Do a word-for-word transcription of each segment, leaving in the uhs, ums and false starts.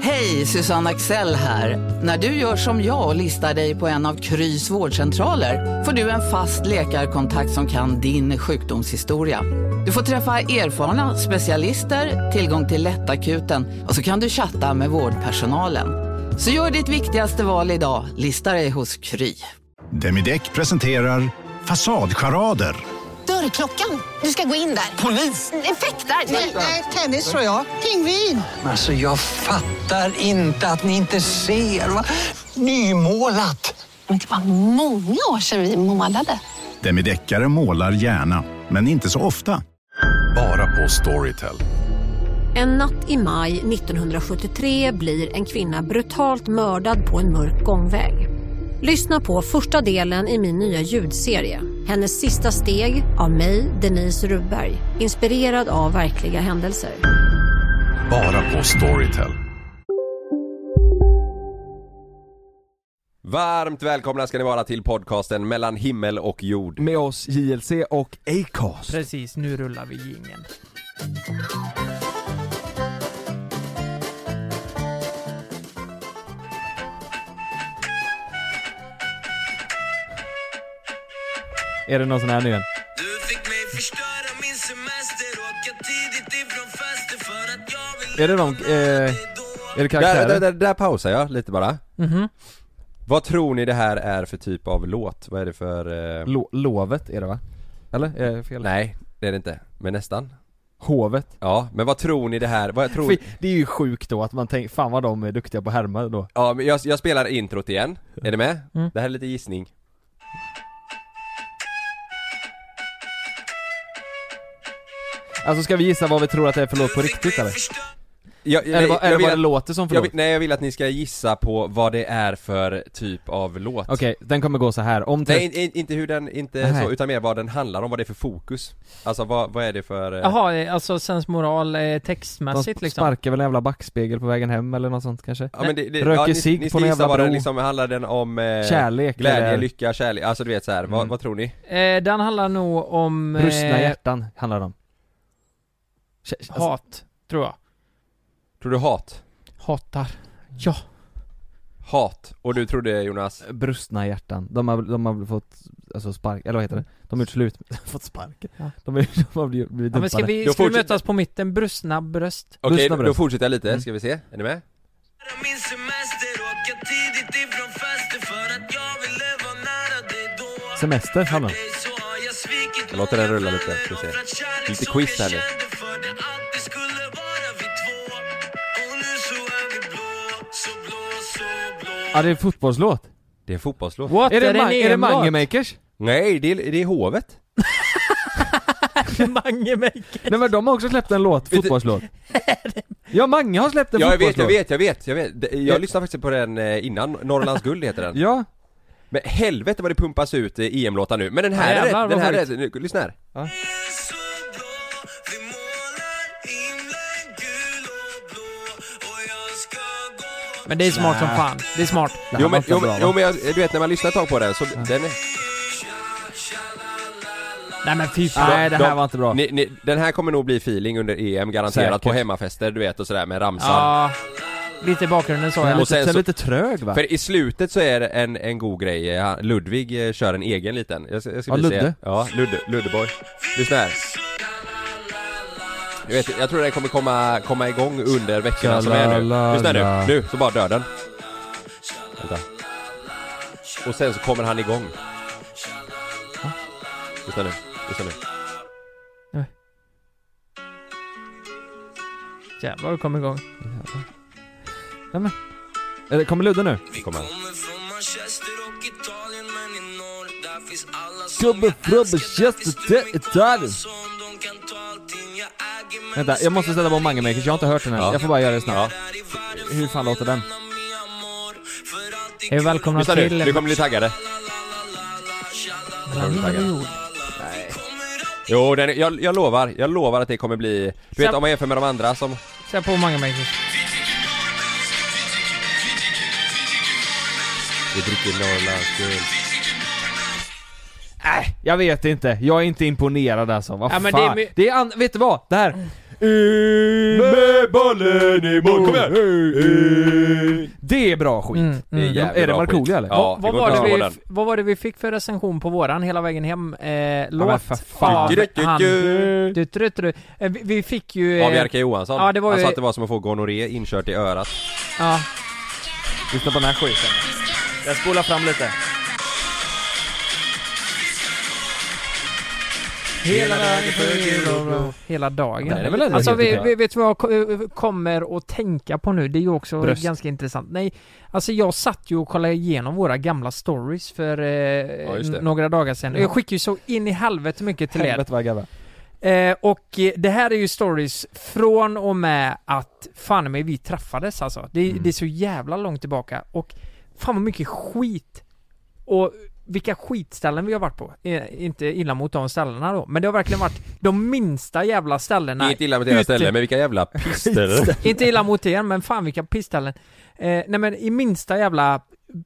Hej, Susanne Axel här. När du gör som jag och listar dig på en av Krys vårdcentraler får du en fast läkarkontakt som kan din sjukdomshistoria. Du får träffa erfarna specialister, tillgång till lättakuten och så kan du chatta med vårdpersonalen. Så gör ditt viktigaste val idag, lista dig hos Kry. Demideck presenterar Fasadcharader. Dörrklockan, du ska gå in där. Polis? Effektar? Nej, tennis tror jag. Pingvin. Alltså jag fattar inte att ni inte ser. Va? Nymålat. Men det var många år sedan vi målade. Demideckare målar gärna, men inte så ofta. Bara på Storytel. En natt i maj nittonhundrasjuttiotre blir en kvinna brutalt mördad på en mörk gångväg. Lyssna på första delen i min nya ljudserie. Hennes sista steg av mig, Denise Rubberg. Inspirerad av verkliga händelser. Bara på Storytel. Varmt välkomna ska ni vara till podcasten Mellan himmel och jord. Med oss J L C och Acast. Precis, nu rullar vi jingeln. Är det någon sån här nu igen? Du fick mig förstöra min semester, åka tidigt ifrån fester för att jag vill. Är det de, eh, är det karaktärer? Där, där, där, där pausar jag lite bara. Mhm. Vad tror ni det här är för typ av låt? Vad är det för... Eh... Lo- lovet är det va? Eller? Är det fel? Nej, det är det inte. Men nästan. Hovet. Ja, men vad tror ni det här... Vad jag tror... Det är ju sjukt då att man tänker, fan vad de är duktiga på härmar då. Ja, men jag, jag spelar introt igen. Är ni med? Mm. Det här är lite gissning. Alltså ska vi gissa vad vi tror att det är för låt på riktigt eller? Jag, Eller, nej, vad, eller jag vill vad det att, låter som för jag låt? vill, Nej, jag vill att ni ska gissa på vad det är för typ av låt. Okej, okay, den kommer gå så här. Om Nej, in, in, inte hur den, inte Nej. så, utan mer vad den handlar om, vad det är för fokus. Alltså vad, vad är det för... Eh... Jaha, alltså sensmoral eh, textmässigt de liksom. sparkar väl en jävla backspegel på vägen hem eller något sånt kanske? Ja, men det, det, Röker ja, cigg ni, på ni en gissa jävla vad bro. den liksom, handlar den om eh, kärlek glädje, eller... lycka, kärlek, alltså du vet så här. Mm. Vad, vad tror ni? Eh, den handlar nog om... Brustna Eh, hjärtan handlar det om. Kä- alltså, hat, tror jag. Tror du hat? Hatar. Ja. Hat. Och du trodde Jonas? Brustna hjärtan. De har, de har fått alltså spark, eller vad heter det? De har gjort slut, fått spark. Ja. De, är, de har blivit, blivit Ja, men ska vi, ska vi fortsätter- mötas på mitten? Brustna bröst. Okej, Brustna då, då bröst. fortsätter jag lite, Mm. ska vi se, är ni med? Min semester, åka tidigt ifrån fester för att jag ville vara nära dig då. Semester handlar det om. Så har jag svikit. Jag låter den rulla lite, ska vi se. Lite quiz här nu. För det alltid skulle vara vi två. Och nu så är vi blå, så blå, så blå. Ja, det är en fotbollslåt. Det är en fotbollslåt. What? Är det, en ma- är det emlåt? Mange Makers? Nej, det är, det är hovet. Mange Makers. Nej men de har också släppt en låt, du- fotbollslåt. Ja, Mange har släppt en Ja, jag vet, fotbollslåt. jag vet, jag vet, jag vet. Det- Jag lyssnade faktiskt på den eh, innan, Norrlands guld heter den. Ja. Men helvete vad det pumpas ut eh, E M-låtar nu. Men den här Ja, är jävlar, rätt, den vad här är sjukt. rätt, nu, lyssna här. Så blå, vi målar himlen gul och blå. Och jag ska gå. Men det är smart som fan. Det är smart. Det här Jo var men, inte jo, bra, men, va? jo, men jag, du vet när man lyssnar ett tag på den så den är... Nej men fy fan. Nej, det här de- var inte bra. Ni, ni, den här kommer nog bli feeling under E M garanterat. Säkert. På hemmafester, du vet, och sådär med ramsan. Ja. Lite i bakgrunden så Den är jag. Och lite, sen sen så- lite trög va? För i slutet så är det en, en god grej. Ja, Ludvig eh, kör en egen liten. Jag ska, jag ska Ja, visa Ludde. er. Ja, Ludde, Luddeboy. Lyssna här. Jag, vet, jag tror den kommer komma, komma igång under veckorna som är nu. Lyssna nu, nu, så bara dör den. Vänta. Och sen så kommer han igång. Lyssna nu, lyssna nu. Jävlar, det kom igång. Nej, men. Är det, kommer Ludde nu? Kommer han. Kommer från Manchester och Italien, men i norr där finns alla som Gubbe jag från älskar. Manchester till Italien. Som de kan ta allting jag äger, men Vänta, jag måste sätta på Mange Makers, jag har inte hört den här. Ja. Jag får bara göra det snabbt. Ja. Hur fan låter den? Hej och välkomna Lyssna nu, till... nu kommer bli taggade. Nu kommer bli taggade. Jo, den, är- jag, jag lovar, jag lovar att det kommer bli... Du vet, Så- om man jämför med de andra som... Säg på Mange Makers. Vi dricker Norrlands guld. Äh, jag vet inte. Jag är inte imponerad alltså. Vad Ja, men fan. det är my- det är an- vet du vad? Det här. In med bollen i mål, kom igen! Det är bra skit. Mm, Det är mm. jävligt Är det bra Markoolio skit. eller? Ja, vad, det var går det inte att vi, slå den. vad var det vi fick för recension på våran hela vägen hem? Eh, låt men för fan. av Du, du, du, han- du. du, du, du. Eh, vi, vi fick ju... eh, Av Jerka Johansson. Ja, det var Han ju- sa att det var som att få gonorré inkört i örat. Ja, Lyssna på den här skiten. Jag spolar fram lite. hela dagen för Hela dagen. Det är väl ändå Alltså helt vi, okej. vi, vet du vad jag ko- kommer att tänka på nu? Det är ju också Bröst. ganska intressant. Nej, alltså jag satt ju och kollade igenom våra gamla stories för eh, just det. n- några dagar sedan. Ja. Jag skickade ju så in i helvete mycket till er. Helvete vad grabbar. Eh, och eh, det här är ju stories från och med att fan med vi träffades alltså. Det, Mm. det är så jävla långt tillbaka. Och fan vad mycket skit. Och vilka skitställen vi har varit på. Eh, inte illa mot de ställena då. Men det har verkligen varit de minsta jävla ställena. Inte illa med deras ute. ställen, men vilka jävla pister. Inte illa mot er, men fan vilka pissställen. Eh, nej men i minsta jävla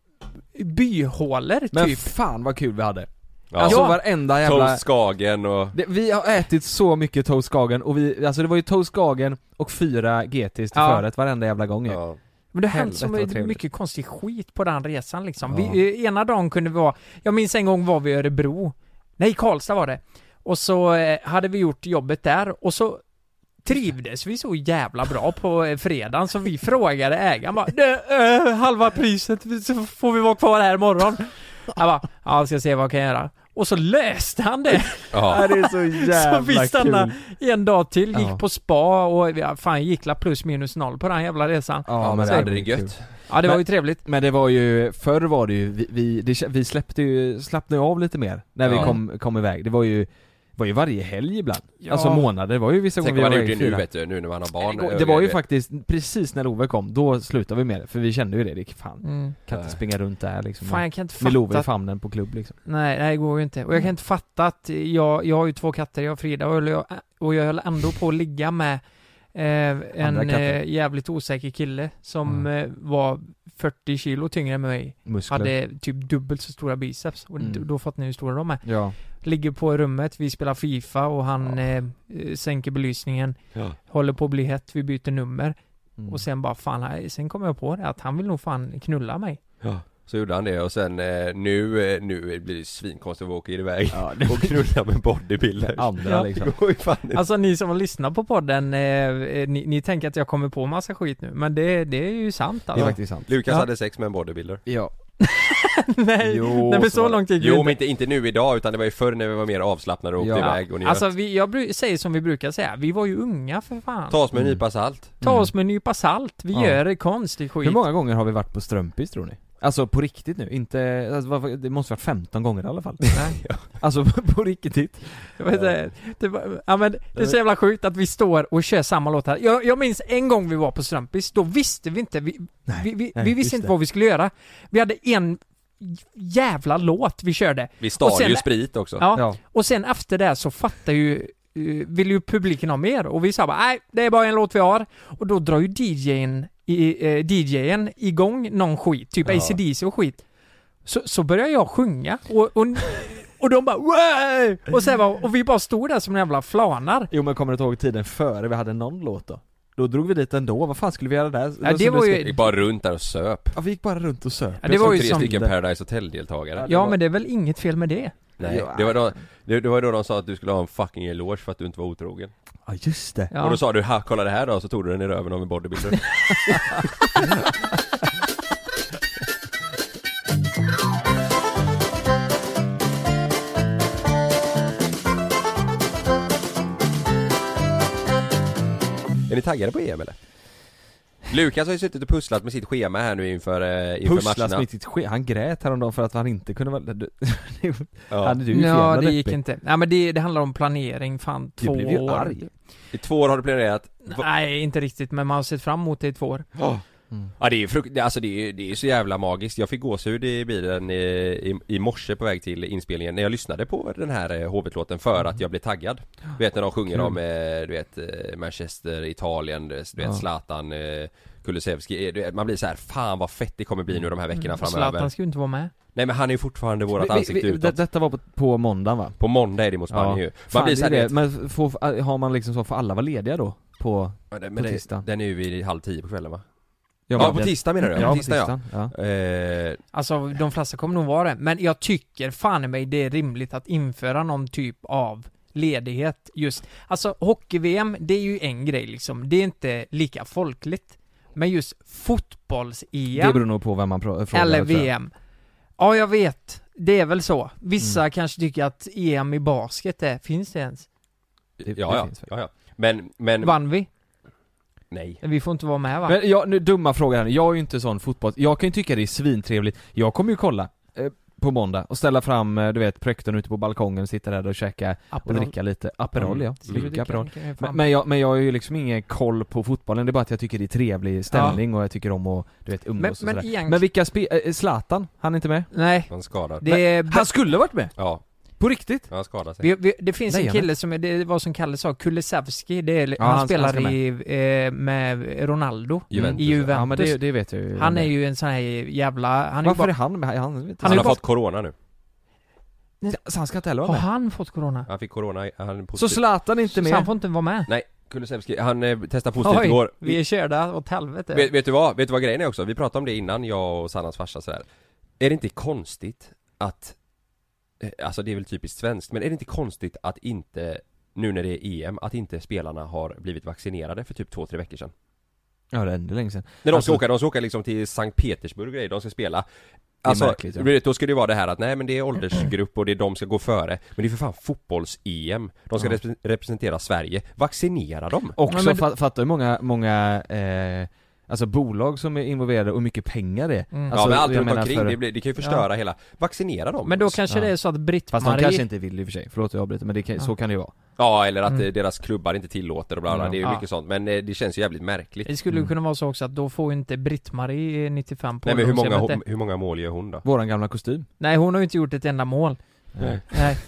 byhålor Men typ. fan vad kul vi hade. Ja. Alltså Ja. varenda jävla... Toast Skagen och... Det, vi har ätit så mycket Toast Skagen och vi, alltså det var ju Toast Skagen och fyra G Ts till Ja. förrätt varenda jävla gång ju. Ja. Men det har hänt Helvete, så vad mycket, trevligt. mycket konstig skit på den resan liksom. Ja. Vi, ena dagen kunde vi vara, jag minns en gång var vi i Örebro. Nej, Karlstad var det. Och så eh, hade vi gjort jobbet där och så trivdes vi så jävla bra på eh, fredagen så vi frågade ägaren bara äh, halva priset så får vi vara kvar här imorgon. Han bara, ja jag ska se vad jag kan göra. Och så löste han det. Ja. Det är så jävla Så vi stannade kul. en dag till, gick Ja. på spa och ja, fan gick la plus minus noll på den jävla resan. Ja, men så det hade var det kul. gött. Ja, det Men- var ju trevligt. Men det var ju, förr var det ju, vi, vi, det, vi släppte ju, slappnade ju av lite mer när vi Ja. kom, kom iväg. Det var ju, var ju varje helg ibland. Ja. Alltså månader, det var ju vissa Tänk gånger vad vi man var gjort det i nu fyra. vet du, nu när man har barn. Det, det var ju faktiskt precis när Love kom, då slutade vi med det. För vi kände ju det, det fan, Mm. kan inte springa runt där liksom. Fan jag kan inte med Love fatta i att, famnen på klubb liksom. nej, nej det går ju inte. Och jag kan inte fatta att jag, jag har ju två katter, jag och Frida och jag, och jag höll ändå på att ligga med eh, en katter. eh, jävligt osäker kille som Mm. eh, var fyrtio kilo tyngre än mig. Muskler. Hade typ dubbelt så stora biceps. Och Mm. d- då fattar ni hur stora de är. Ja. Ligger på rummet, vi spelar FIFA och han Ja. eh, sänker belysningen. Ja. Håller på att bli hett, vi byter nummer. Mm. Och sen bara fan, nej, sen kom jag på det att han vill nog fan knulla mig. Ja. Så gjorde han det och sen eh, nu, eh, nu blir det svinkonstigt att åka iväg Ja, det och knulla med bodybuilder. andra Ja. liksom. Det går ju fan inte. Alltså ni som har lyssnat på podden, eh, eh, ni, ni tänker att jag kommer på massa skit nu. Men det, det är ju sant Det är alltså. faktiskt sant. Lukas Ja. hade sex med en bodybuilder. Ja. nej, Jo, nej men så så var det. långt gick det Jo inte. men inte, inte nu idag utan det var ju förr när vi var mer avslappnade och åkte Ja. iväg och njöt. Alltså vi, jag bru- säger som vi brukar säga, vi var ju unga för fan. Ta oss med en Mm. nypa salt. Ta Mm. oss med en nypa salt, vi Ja. gör konstig skit. Hur många gånger har vi varit på Strömpis tror ni? Alltså på riktigt nu, inte, alltså, vad- det måste varit femton gånger i alla fall. Nej. Alltså på riktigt. Jag vet inte, det, var, ja, men det är så jävla sjukt att vi står och kör samma låt här. Jag, jag minns en gång vi var på Strömpis, då visste vi inte, vi, Nej, vi, vi, nej, vi just visste inte det. vad vi skulle göra. Vi hade en jävla låt vi körde. Vi stal Och sen- ju sprit också. Ja, Ja. och sen efter det så fattar ju uh, vill ju publiken ha mer och vi sa bara nej, det är bara en låt vi har. Och då drar ju D J:n i, eh, D J:n igång någon skit, typ Ja. A C D C och skit. Så, så börjar jag sjunga och, och, och de bara Way! Och, sen bara, och vi bara stod där som en jävla flanar. Jo men kommer du inte ihåg tiden före vi hade någon låt då? Då drog vi dit ändå, vad fan skulle vi göra där? Ja, det var ju- Vi gick bara runt där och söp. Ja, vi gick bara runt och söp. Ja, det var ju tre som stycken det. Paradise Hotel-deltagare. Ja, Ja, var- men det är väl inget fel med det. Nej, Ja. det var, då, det, det var då de sa att du skulle ha en fucking eloge för att du inte var otrogen. Ja just det. Ja. Och då sa du, ha, kolla det här då, så tog du den i röven av en bodybuilder. Är ni taggade på E M eller? Lukas har ju suttit och pusslat med sitt schema här nu inför, eh, inför Pusslas matcherna. med sitt ske- han grät häromdagen för att han inte kunde vara... Du, Ja. hade du ju Ja, fel det gick inte. Nej, men det, det handlar om planering, fan, Du två blev ju år. arg. I två år har du planerat. Va- Nej, inte riktigt, men man har sett fram emot det i två år. Mm. Ja det är ju frukt- det- alltså det är, det är så jävla magiskt. Jag fick gåshud i bilen i, i, i morse på väg till inspelningen när jag lyssnade på den här eh, Hovet-låten för att jag blev taggad. Du vet när de sjunger Kul. om, eh, du vet, eh, Manchester, Italien, du vet, Ja. Zlatan, eh, Kulusevski. Eh, du vet, man blir så här, fan vad fett det kommer bli nu de här veckorna Mm. framöver. Zlatan ska ju inte vara med. Nej men han är ju fortfarande vårat vi, ansikte vi, utåt. det, Detta var på, på måndagen va? På måndag är det mot Spanien ja. ju. Man Fan, blir så här, det, vet- men får, har man liksom så, får alla vara lediga då? På, Ja, det- på men det, tisdagen? den är ju vid halv tio på kvällen va? Ja, Ja, men på det- tisdag menar du? Ja, på på tisdag tisdagen, ja, ja. Eh, Alltså de flesta kommer nog vara det. Men jag tycker fan i mig det är rimligt att införa någon typ av ledighet just. Alltså hockey-V M, det är ju en grej liksom. Det är inte lika folkligt. Men just fotbolls-E M Det beror nog på vem man pro- frågar. eller tror jag. V M. Ja, jag vet. Det är väl så. Vissa Mm. kanske tycker att E M i basket är, finns det ens? Det- det ja, ja, finns väl. ja, ja. Men, men Vann vi? nej. Vi får inte vara med va? Men jag, nu dumma fråga här. Jag är ju inte sån fotboll. Jag kan ju tycka det är svintrevligt. Jag kommer ju kolla eh, på måndag och ställa fram, eh, du vet, projektorn ute på balkongen, sitta där och käka och Aperol. dricka lite Aperol, Mm. ja. Ska vi Dricka dricka? Aperol. Kan jag fan- Men, men, jag, men jag har ju liksom ingen koll på fotbollen. Det är bara att jag tycker det är trevlig stämning och jag tycker om att, du vet, umgås Men- och men sådär. egentligen- Men vilka spe- äh, Zlatan, han är inte med? Nej, Han skadad. det är... Han skulle varit med! Ja, På riktigt? han skadade sig. Vi, vi, det finns en Lejonet. kille som är, det är vad som Kalle sa, Kulusevski, det är, Ja, han, han- spelar han ska i, eh, med Ronaldo Juventus. i Juventus. Ja men det, det vet jag ju. Han är ju en sån här jävla, han är ju Varför bara, är han med? Han, han, vet inte. Han är har bara- fått corona nu. Så han ska inte heller vara har med? han fått corona? Han fick corona, han är Så positiv. Zlatan är inte Så med? han får inte vara med? Nej, Kulusevski, han eh, testade positivt Oj, igår. vi är körda åt helvete. Vet, vet du vad? Vet du vad grejen är också? Vi pratade om det innan, jag och Sannas farsa sådär. Är det inte konstigt att, eh, alltså det är väl typiskt svenskt, men är det inte konstigt att inte, nu när det är E M, att inte spelarna har blivit vaccinerade för typ två, tre veckor sedan? Ja det är ändå länge sedan. När de Alltså- ska åka, de ska åka liksom till Sankt Petersburg och grejer, de ska spela. är Alltså, märkligt, ja. du vet, då ska det vara det här att nej men det är åldersgrupp och det är de ska gå före. Men det är för fan fotbolls-E M. De ska Ja. repre- representera Sverige. Vaccinera dem! Också Ja, men- fa- fattar hur många, många eh, alltså bolag som är involverade och hur mycket pengar det är. Mm. Alltså, ja men allt jag runt menar omkring, för- det, blir, det kan ju förstöra hela. Vaccinera dem! Men då kanske Ja. det är så att Fast de Britt-Marie kanske inte vill i och för sig, förlåt jag avbryter men det kan, Ja. så kan det ju vara. Ja, eller att Mm. eh, deras klubbar inte tillåter och bla bla, Ja. det är ju Ja. mycket sånt. Men eh, det känns ju jävligt märkligt. Det skulle ju Mm. kunna vara så också att då får ju inte Britt-Marie nittiofem på Nej men hur många, ungdomshemmet ho- det. hur många mål gör hon då? Våran gamla kostym. Nej, hon har ju inte gjort ett enda mål. Nej. Nej.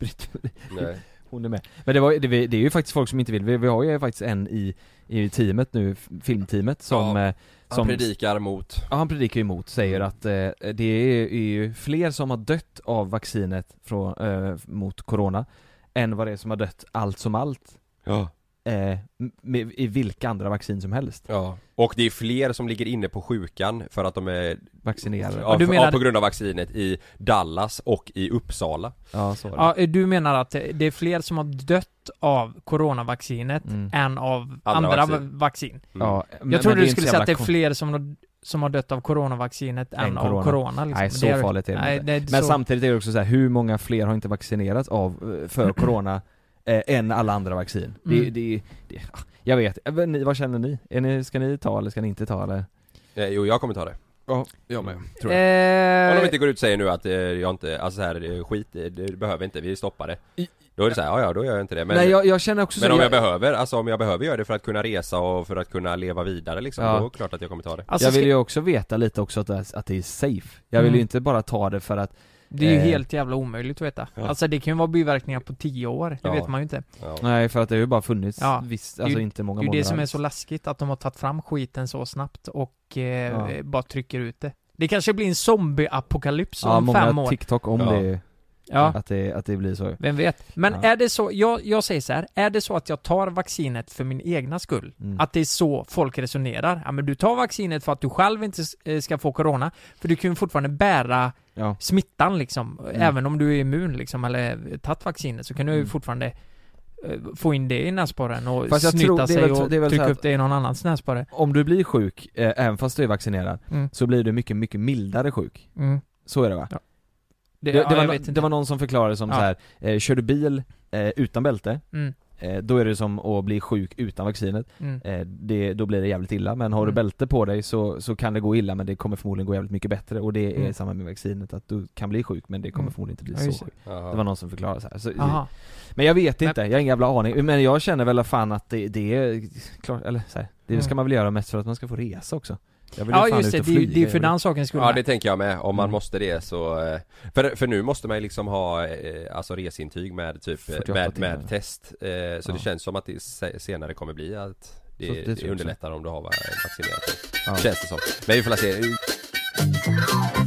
Nej. Hon är med. Men det, var, det, det är ju faktiskt folk som inte vill. Vi, vi har ju faktiskt en i, i teamet nu, f- filmteamet som... Ja. eh, Han som predikar mot. Ja, han predikar ju emot, säger Mm. att eh, det är, är ju fler som har dött av vaccinet från, eh, mot corona än vad det är som har dött allt som allt Ja. eh, med, i vilka andra vaccin som helst. Ja. Och det är fler som ligger inne på sjukan för att de är Vaccinerade. ja, du för- menar- ja, på grund av vaccinet i Dallas och i Uppsala. Ja, så var det. Ja, du menar att det är fler som har dött av coronavaccinet Mm. än av Andra andra, vaccin. vaccin? Mm. Ja, men- Jag trodde men det är du inte skulle så säga att det är jävla fler som har, som har dött av coronavaccinet än Än av corona. corona liksom. Nej, så Det är- farligt är det nej, inte. det är Men så. samtidigt är det också så här, hur många fler har inte vaccinerats av eh, för corona eh, än alla andra vaccin? Det, Mm. det, det, ah, jag vet, Jag vet ni, vad känner ni? Är ni? Ska ni ta eller ska ni inte ta eller? Eh, jo, jag kommer ta det. Ja, jag med, tror jag. Om Eh, de inte går ut och säger nu att eh, jag inte, alltså så här, eh, skit, det, det behöver inte, vi stoppar det. I- Då är det så här, ja ja, då gör jag inte det. Men, Nej jag, jag känner också men så om jag, behöver, alltså om jag behöver göra det för att kunna resa och för att kunna leva vidare liksom, Ja. då är det klart att jag kommer ta det. alltså, jag vill ska- ju också veta lite också att det, är- att det är safe. Jag vill Mm. ju inte bara ta det för att det är ju eh, helt jävla omöjligt att veta. Ja. Alltså det kan ju vara biverkningar på tio år, det Ja. vet man ju inte. Ja. nej för att det har ju bara funnits Ja. visst, Det är alltså ju- inte många Det är ju det månader som är alls. så läskigt, att de har tagit fram skiten så snabbt och eh, Ja. bara trycker ut det. Det kanske blir en zombie-apokalyps Ja, om många fem år. TikTok om Ja. det, Ja. att det, att det blir så. Vem vet? Men Ja. är det så, jag, jag säger så här, är det så att jag tar vaccinet för min egna skull? Mm. Att det är så folk resonerar? Ja men du tar vaccinet för att du själv inte eh, ska få corona, för du kan ju fortfarande bära Ja. smittan liksom, Mm. även om du är immun liksom, eller tagit vaccinet, så kan du ju Mm. fortfarande eh, få in det i näsborren och Fast jag snyta tror- det är sig väl- och det är väl så trycka att- upp det i någon annans näsborre. Om du blir sjuk, eh, även fast du är vaccinerad, Mm. så blir du mycket, mycket mildare sjuk. Mm. Så är det va? Ja. Det, Det, det, ja, jag var, vet det inte. var någon som förklarade som Ja. så här, eh, kör du bil eh, utan bälte, Mm. eh, då är det som att bli sjuk utan vaccinet. Mm. Eh, det, då blir det jävligt illa, men har du Mm. bälte på dig så, så kan det gå illa, men det kommer förmodligen gå jävligt mycket bättre. Och det är Mm. samma med vaccinet, att du kan bli sjuk men det kommer Mm. förmodligen inte bli Ja, så just det. sjuk. Jaha. Det var någon som förklarade så här. Så, Aha. men jag vet Men- inte, jag har ingen jävla aning. Men jag känner väl fan att det, det är klart, eller så här, det Mm. ska man väl göra mest för att man ska få resa också. Jag vill ju Ja fan just ut det, och det, är- flyga. det är för Jag vill- den sakens skull. Ja det tänker jag med, om man Mm. måste det så eh, för, för nu måste man ju liksom ha eh, alltså resintyg med typ eh, fyrtioåtta med, timmar. med test eh, Så Ja. det känns som att det se- senare kommer bli att det, Så det tror det, jag också. underlättar om du har va- vaccinerat dig. Ja. Känns det som. Men vi får la se.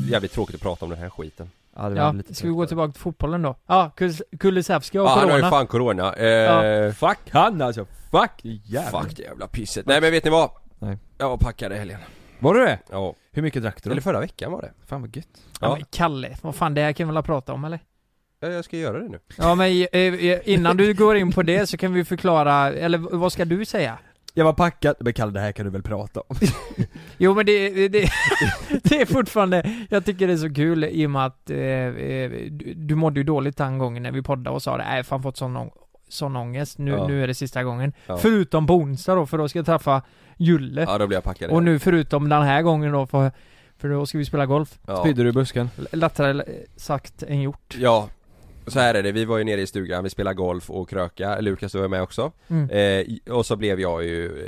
jävligt tråkigt att prata om den här skiten. Ja, det var Ja, lite ska vi gå tillbaka till fotbollen då? Ja, Kul- Kulusevski och Ja, han har ju corona. fan corona. Eh, Ja. Fuck han alltså, fuck jävlar. Fuck det jävla pisset. Nej men vet ni vad? Nej. Jag var packad i helgen. Var du det? Ja. Hur mycket drack du då? Eller förra veckan var det. Fan vad gött. Ja, Ja. men Kalle, vad fan det här kan vi väl prata om eller? Ja, jag ska göra det nu. Ja men eh, eh, innan du går in på det så kan vi förklara, eller vad ska du säga? Jag var packad, men Kalle det här kan du väl prata om? Jo men det, det, det, det är fortfarande, jag tycker det är så kul i och med att eh, eh, du, du mådde ju dåligt den gången när vi poddade och sa det, nej fan fått sån, ång- sån ångest, nu, Ja. nu är det sista gången. Ja. Förutom på onsdag då, för då ska jag träffa Julle. Ja, då blir jag packad. Och nu förutom den här gången då, för, för då ska vi spela golf. Ja. Spydde du i busken? L- Lättare sagt än gjort. Ja. Så här är det, vi var ju nere i stugan, vi spelade golf och kröka, Lukas var med också. Mm. Eh, och så blev jag ju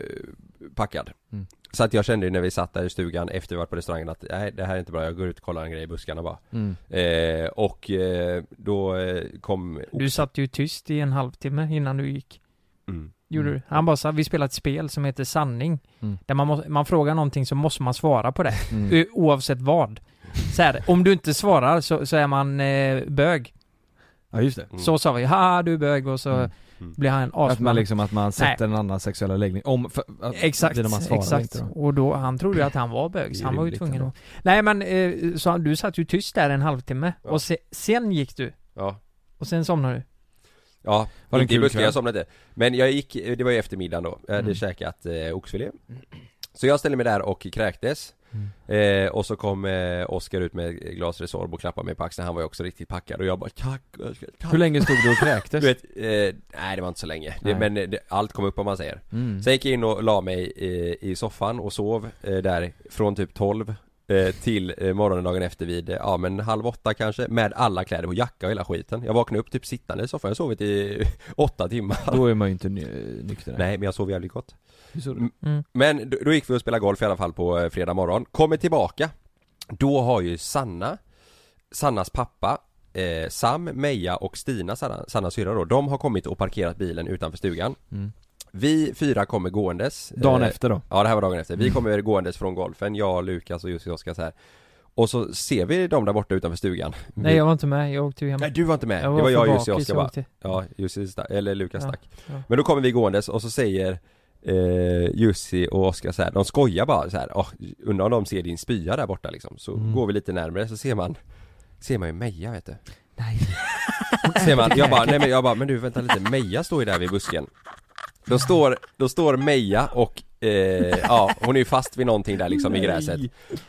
eh, packad. Mm. Så att jag kände ju när vi satt där i stugan efter vi varit på restaurangen att nej, det här är inte bra, jag går ut och kollar en grej i buskarna bara. Mm. Eh, och eh, då eh, kom... Du satt ju tyst i en halvtimme innan du gick. Mm. Gjorde du? Han bara sa, vi spelar ett spel som heter Sanning. Mm. Där man, må, man frågar någonting så måste man svara på det. Mm. Eh, Oavsett vad. Så här, om du inte svarar så, så är man eh, bög. Ja just det. Mm. Så sa vi, ha du är bög, och så Mm. Mm. blir han Att man asman. liksom, att man sätter en annan sexuell läggning om, för, att, Exakt, det är när man svarar exakt. inte då. Och då, han trodde ju att han var bög, Det så är han var ju rimligt tvungen ändå. att... Nej men, eh, så du satt ju tyst där en halvtimme. Ja. Och se, sen gick du. Ja. Och sen somnade du. Ja, Var det en inte i kul busken, kväll? jag somnade inte. Men jag gick, det var ju eftermiddagen då, jag hade Mm. käkat eh, oxfilé. Så jag ställde mig där och kräktes. Mm. Eh, och så kom eh, Oskar ut med ett glas Resorb och klappade mig på axeln, han var ju också riktigt packad. Och jag bara, tack, tack. Hur länge stod du och kräktes? Du vet, eh, nej det var inte så länge. Det, Nej. men eh, det, allt kom upp om man säger. Mm. Sen gick jag in och la mig eh, i soffan och sov eh, där från typ tolv eh, till eh, morgonen dagen efter vid, eh, ja men halv åtta kanske, med alla kläder på, jacka och hela skiten. Jag vaknade upp typ sittande i soffan, jag har sovit i åtta timmar. Då är man ju inte ny- nykter. Nej, men jag sov jävligt gott. Hur såg du? Mm. Mm. Men då, då gick vi och spelade golf i alla fall på eh, fredag morgon. Kommer tillbaka. Då har ju Sanna, Sannas pappa, eh, Sam, Meja och Stina, Sanna, Sannas syrra då, de har kommit och parkerat bilen utanför stugan. Mm. Vi fyra kommer gåendes. Dagen eh, efter då? Ja, det här var dagen efter. Vi Mm. kommer gåendes från golfen, jag, Lukas och Jussi Oskar så här. Och så ser vi dem där borta utanför stugan. Nej jag var inte med, jag åkte ju hem. Nej, du var inte med. Jag det var var jag, för Jussi och bakis, Oskar jag bara. åkte. Ja, Jussi stack, eller Lukas Ja, stack. ja. Men då kommer vi gåendes och så säger eh, Jussi och Oskar så här, de skojar bara så här, åh, undrar om de ser din spya där borta liksom. Så Mm. går vi lite närmare så ser man, ser man ju Meja vet du. Nej. Ser man, jag bara, nej men jag bara, men du vänta lite, Meja står ju där vid busken. Då står, då står Meja och, eh, ja hon är ju fast vid någonting där liksom i gräset.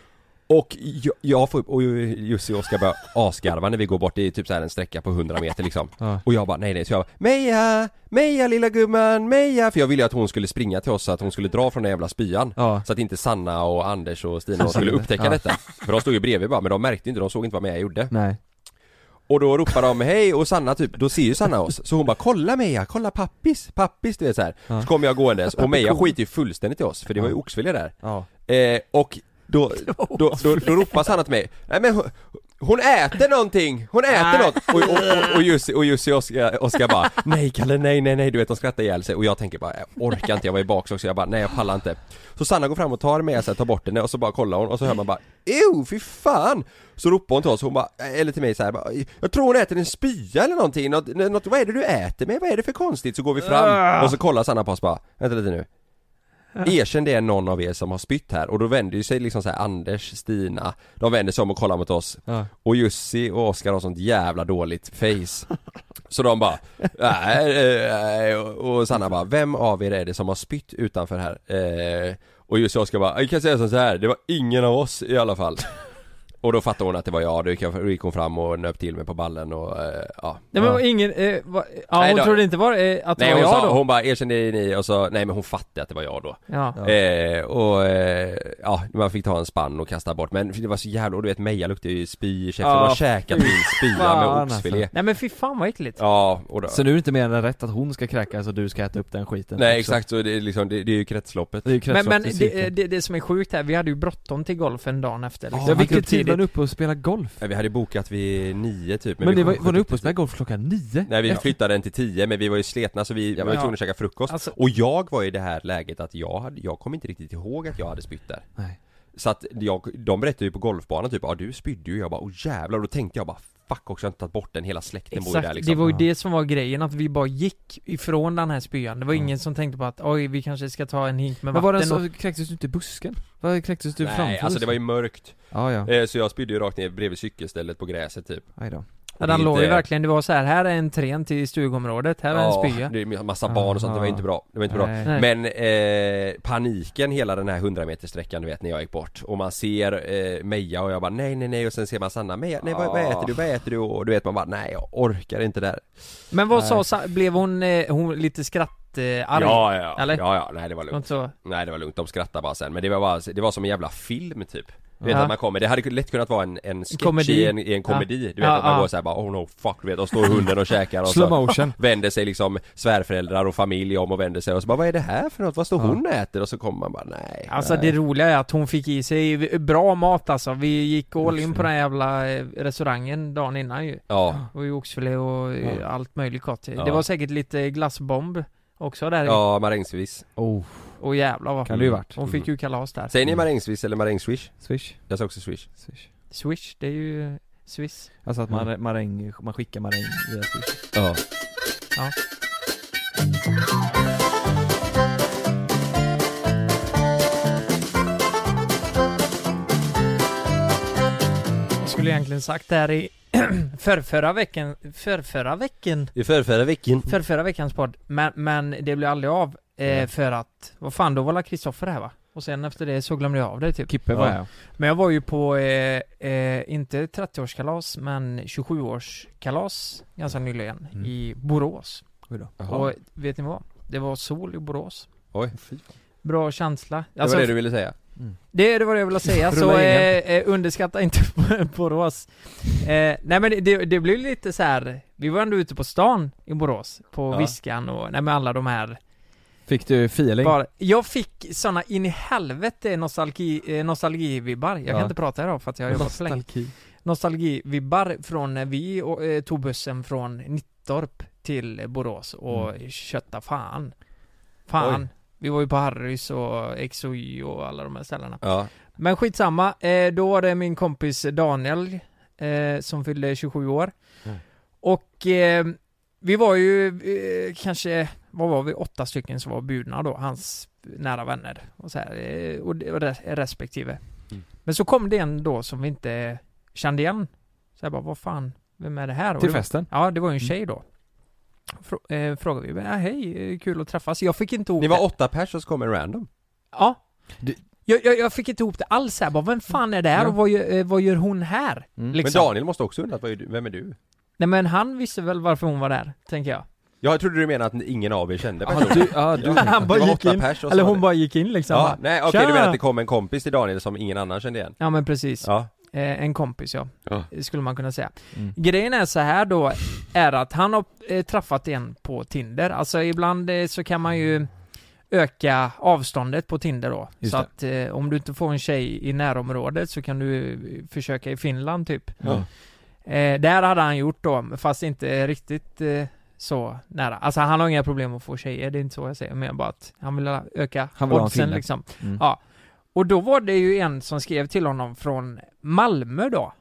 Och jag, jag får upp, och Jussi och Oskar börjar asgarva när vi går bort, det är typ så här en sträcka på hundra meter liksom. Ja. Och jag bara, nej nej, så jag bara, Meja, Meja lilla gumman, Meja. För jag ville ju att hon skulle springa till oss så att hon skulle dra från den jävla spyan. Ja. Så att inte Sanna och Anders och Stina skulle upptäcka Ja. detta. För de stod ju bredvid bara, men de märkte inte, de såg inte vad Meja gjorde. Nej. Och då ropar de hej, och Sanna typ, då ser ju Sanna oss. Så hon bara, kolla Meja, kolla pappis, pappis du vet så här. Ja. Så kommer jag gåendes och Meja skiter ju fullständigt i oss, för det var ju Ja. oxfilé där. Ja. Eh, och då, då, då, då, då ropar Sanna till mig, nej men hon, hon äter någonting, hon äter något. Och, och, och, och Jussi och Jussi och Oskar, Oskar bara, nej Kalle, nej nej nej, du vet de skrattar ihjäl sig. Och jag tänker bara, jag orkar inte, jag var i bak också, jag bara, nej jag pallar inte. Så Sanna går fram och tar med sig, tar bort den och så bara kollar hon, och så hör man bara, ew, fy fan. Så ropar hon till oss, hon bara, eller till mig så här, bara, jag tror hon äter en spya eller någonting, något, något, vad är det du äter med, vad är det för konstigt? Så går vi fram, och så kollar Sanna på oss bara, vänta lite nu. Erkänn det är någon av er som har spytt här. Och då vänder ju sig liksom så här Anders, Stina, de vänder sig om och kollar mot oss. Ja. Och Jussi och Oskar har sånt jävla dåligt face. Så de bara, nej, nej, och Sanna bara, vem av er är det som har spytt utanför här? Eh, och Jussi och Oskar bara, jag kan säga så här, det var ingen av oss i alla fall. Och då fattade hon att det var jag, då gick, jag, då gick hon fram och nöp till mig på ballen och eh, ja. Nej men var ingen, eh, va, ja Nej, hon då- trodde inte var, eh, att det Nej var hon jag sa, då? hon bara, erkände ni, och så, nej men hon fattade att det var jag då. Ja. Ja. Eh, och eh, ja, man fick ta en spann och kasta bort. Men det var så jävla, och du vet Meja luktade ju spy i käften. Ja, De har käkat fy min spya fan, med oxfilé. alltså. Nej men fy fan vad äckligt. Ja, och då, Så nu är det inte mer än rätt att hon ska kräkas och du ska äta upp den skiten nej också. exakt, så det är liksom, det, det är ju kretsloppet. Det är ju Men, kretslopp men i det, cirkeln. det, det som är sjukt här, vi hade ju bråttom till golfen dagen efter liksom. Ja, Vi gick vilken upp tid var tidigt. ni uppe och spela golf? Ja, vi hade bokat vid nio typ. Men, vi det var, kom var ni sjuttio uppe och spelade golf klockan nio? Nej, vi Ja. flyttade den till tio, men vi var ju sletna så vi Ja, var ju ja. tvungna att käka frukost. Alltså- Och jag var i det här läget att jag hade, jag kom inte riktigt ihåg att jag hade spytt där. Nej. Så att jag, de berättade ju på golfbanan typ, ja du spydde ju, jag bara, åh jävlar, och då tänkte jag bara, fuck också, jag har inte tagit bort den, hela släkten bor ju där liksom. Det var ju det som var grejen, att vi bara gick ifrån den här spyan. Det var Mm. ingen som tänkte på att, oj vi kanske ska ta en hink med Men var vatten. den så, och... kräktes du inte i busken? Vad kräktes du framför? Nej, alltså det var ju mörkt. Ja, ja. eh, Så jag spydde ju rakt ner bredvid cykelstället på gräset typ. Aj då. Ja, den det är låg ju inte- verkligen, det var så här, här är en tren till stugområdet, här är Ja, en spya. det är massa barn och sånt, det var inte bra. Det var inte bra. Nej. Men eh, paniken hela den här hundra meter sträckan, du vet, när jag gick bort. Och man ser eh, Meja och jag bara nej nej nej, och sen ser man Sanna, Meja, nej vad, vad äter du, vad äter du? Och du vet man bara, nej jag orkar inte där. Men vad Nej. sa, blev hon, eh, hon lite skratt eh, arg? Ja ja, Eller? ja ja, nej det var lugnt. Något så. Nej det var lugnt, de skrattade bara sen. Men det var bara, det var som en jävla film typ. Du vet Ja. att man kommer, det hade lätt kunnat vara en, en sketch Komedi. i en, i en komedi. Du vet Ja, att man ja. går såhär bara, oh no fuck, du vet, och står hunden och käkar och Slow så motion. vänder sig liksom svärföräldrar och familj om och vänder sig och så bara, vad är det här för något? Vad står Ja. hon och äter? Och så kommer man bara, nej. Alltså nej. det roliga är att hon fick i sig bra mat alltså. Vi gick all in på den jävla eh, restaurangen dagen innan ju. Ja, Och ju oxfilé och eh, Ja. allt möjligt gott. Ja. Det var säkert lite glassbomb också där. ja marängsviss. Oh, Och jävlar vad. kan det ju varit. Hon fick ju kalas där. Säger ni marängsviss eller marängswish? Swish. Jag sa också swish. Swish. Swish, det är ju Swiss. Alltså att man, maräng, man skickar maräng via Swish. Ja. Ja. Jag skulle egentligen sagt det här i förrförra veckan, förrförra veckan, I förrförra veckan. förrförra veckans podd, men, men det blev aldrig av eh, för att, vad fan, då var la Kristoffer här va? Och sen efter det så glömde jag av det typ. Kippe var Ja. jag. Men jag var ju på, eh, eh, inte trettioårskalas, men tjugosjuårskalas ganska nyligen Mm. i Borås. Oj då. Jaha. Och vet ni vad? Det var sol i Borås. Oj. Bra känsla. Det var det du ville säga. Det, det var det jag ville säga, så Rulla in eh, eh, underskatta inte Borås. Eh, nej men det, det blev lite så här. Vi var ändå ute på stan i Borås, på Ja. Viskan och nej, med alla de här. Fick du feeling? Bara, jag fick såna in i helvete nostalgi, eh, nostalgivibbar. Jag Ja. kan inte prata idag för att jag har jobbat för länge. Nostalgi. Nostalgivibbar från när vi eh, tog bussen från Nittorp till Borås och mm. kötta fan. Fan. Oj. Vi var ju på Harrys och X O Y och alla de här ställena. Ja. Men skitsamma, eh, då var det min kompis Daniel eh, som fyllde tjugosju år. Mm. Och eh, vi var ju eh, kanske, vad var vi, åtta stycken som var bjudna då, hans nära vänner och så här, eh, och det var res- respektive. Mm. Men så kom det en då som vi inte kände igen. Så jag bara, vad fan, vem är det här? Och Till det var- festen? Ja, det var ju en tjej då. Frå- eh, frågade vi, ja, hej, eh, kul att träffas. Jag fick inte ihop Ni var det. åtta pers och så kom en random. Ja. Du- Jag, jag, jag fick inte ihop det alls här, bara, vem fan är det här Ja. och vad gör, eh, vad gör hon här? Mm. Liksom. Men Daniel måste också undrat, vad är du? Vem är du? Nej men han visste väl varför hon var där, tänker jag. Jag trodde du menade att ingen av er kände Ja, personen. du, ja, du. Han bara Det var gick åtta in, pers och så eller var hon det- bara gick in liksom. Ja, bara, nej okej, "Tja!" du menar att det kom en kompis till Daniel som ingen annan kände igen? Ja men precis. Ja. Eh, en kompis ja, Ja. skulle man kunna säga. Mm. Grejen är så här då, är att han har eh, träffat en på Tinder. Alltså ibland eh, så kan man ju öka avståndet på Tinder då. Just Så det. att eh, om du inte får en tjej i närområdet så kan du eh, försöka i Finland typ. Ja. Eh, där hade han gjort då, fast inte riktigt eh, så nära. Alltså han har inga problem att få tjejer, det är inte så jag säger, men bara att han vill öka Han vill ha en oddsen finne. liksom. Mm. Ja. Och då var det ju en som skrev till honom från Malmö då.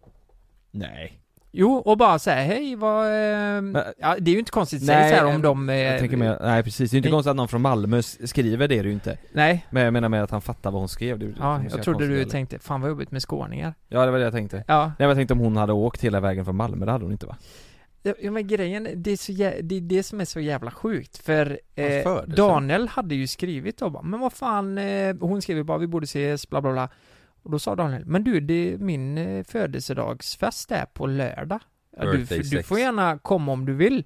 Nej. Jo, och bara säga hej, vad... Eh, ja, det är ju inte konstigt att säga Nej, så här om de... Eh, Jag tänker med, nej precis, det är inte nej. konstigt att någon från Malmö s- skriver det, är det ju inte. Nej. Men jag menar med att han fattar vad hon skrev. Det, det Ja, måste jag trodde konstigt, du eller? tänkte, fan vad jobbigt med skåningar. Ja, det var det jag tänkte. Ja. Nej, men jag tänkte om hon hade åkt hela vägen från Malmö, det hade hon inte va? Ja men grejen, det är, så jä- det är det som är så jävla sjukt. För eh, födelse. Daniel hade ju skrivit då bara, men vad fan, eh, hon skrev ju bara vi borde ses, bla bla bla. Och då sa Daniel, men du, det är min eh, födelsedagsfest är på lördag. Ja, du, Birthday du sex. får gärna komma om du vill.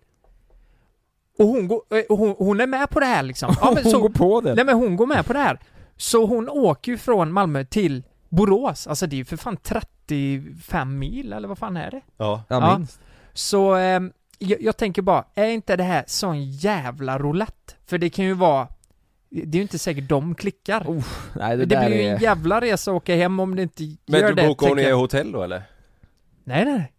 Och hon, går, eh, och hon, hon är med på det här liksom. Ja, men hon så, går på det. nej men hon går med på det här. Så hon åker ju från Malmö till Borås. Alltså det är ju för fan trettiofem mil, eller vad fan är det? Ja. Ja, Ja. minst. Så eh, jag, jag tänker bara, är inte det här sån jävla roulette? För det kan ju vara, det är ju inte säkert de klickar. Oh, nej, det, det där blir ju är... en jävla resa att åka hem om det inte gör Men det. du bokade hon tänker i jag. hotell då eller? Nej, nej.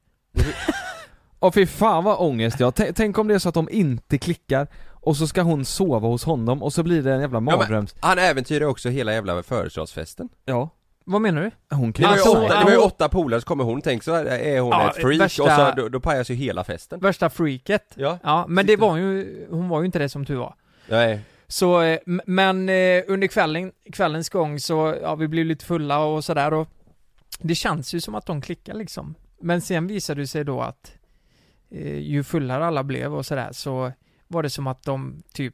Åh fy fan vad ångest jag. T- tänk om det är så att de inte klickar och så ska hon sova hos honom och så blir det en jävla Ja, mardröms. men han äventyrar också hela jävla födelsedagsfesten. Ja. Vad menar du? Hon Det var ju Alltså, åtta, det var ju ja. åtta polare, så kommer hon, tänk så är hon Ja, ett freak värsta- och så då, då pajas ju hela festen. Värsta freaket. Ja. Ja, men det var ju, hon var ju inte det som tur var. Nej. Så, eh, m- men eh, under kvällen, kvällens gång så, ja vi blev lite fulla och sådär och det känns ju som att de klickar liksom. Men sen visade det sig då att eh, ju fullare alla blev och sådär så var det som att de typ,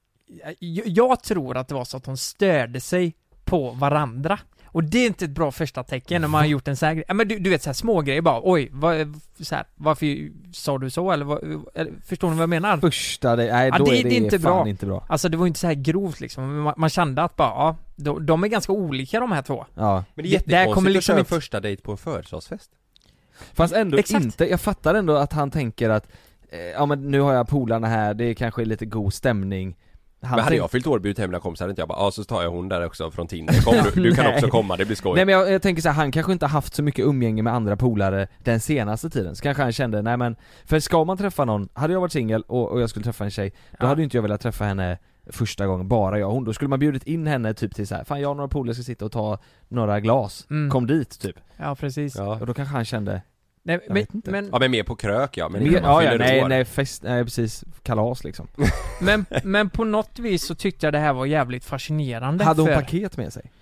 jag, jag tror att det var så att de störde sig på varandra. Och det är inte ett bra första tecken när man har gjort en sån här grej. Ja, men du, du vet så här små grejer bara, oj, vad, så här, varför sa du så? Eller, vad, eller förstår ni vad jag menar? Första, det, nej Ja, då det- är det, det är inte fan bra. inte bra. Alltså det var inte så här grovt liksom. Man, man kände att bara, ja, de, de är ganska olika de här två. Ja. Men det är Det- där jättekonstigt kommer att liksom köra en inte- första dejt på en födelsedagsfest. Fast ändå Exakt. inte, jag fattar ändå att han tänker att eh, ja men nu har jag polarna här, det är kanske lite god stämning. Han Men hade tänk- jag fyllt år och bjudit hem mina kompisar, hade inte jag bara, ja så tar jag hon där också från Tinder. Kom, du, du kan Nej. också komma, det blir skoj. Nej men jag, jag tänker så här, han kanske inte haft så mycket umgänge med andra polare den senaste tiden. Så kanske han kände, nej men, för ska man träffa någon, hade jag varit singel och, och jag skulle träffa en tjej, då Ja. hade ju inte jag velat träffa henne första gången, bara jag och hon. Då skulle man bjudit in henne typ till så här, fan jag och några polare ska sitta och ta några glas, Mm. kom dit typ. Ja, precis. Ja. Och då kanske han kände, Nej, Jag men, vet inte. men, Ja men mer på krök ja, men mer, inte när man ja, ja, fyller nej, år. nej, fest, nej precis, kalas liksom. men, men på något vis så tyckte jag det här var jävligt fascinerande. Hade hon för... paket med sig?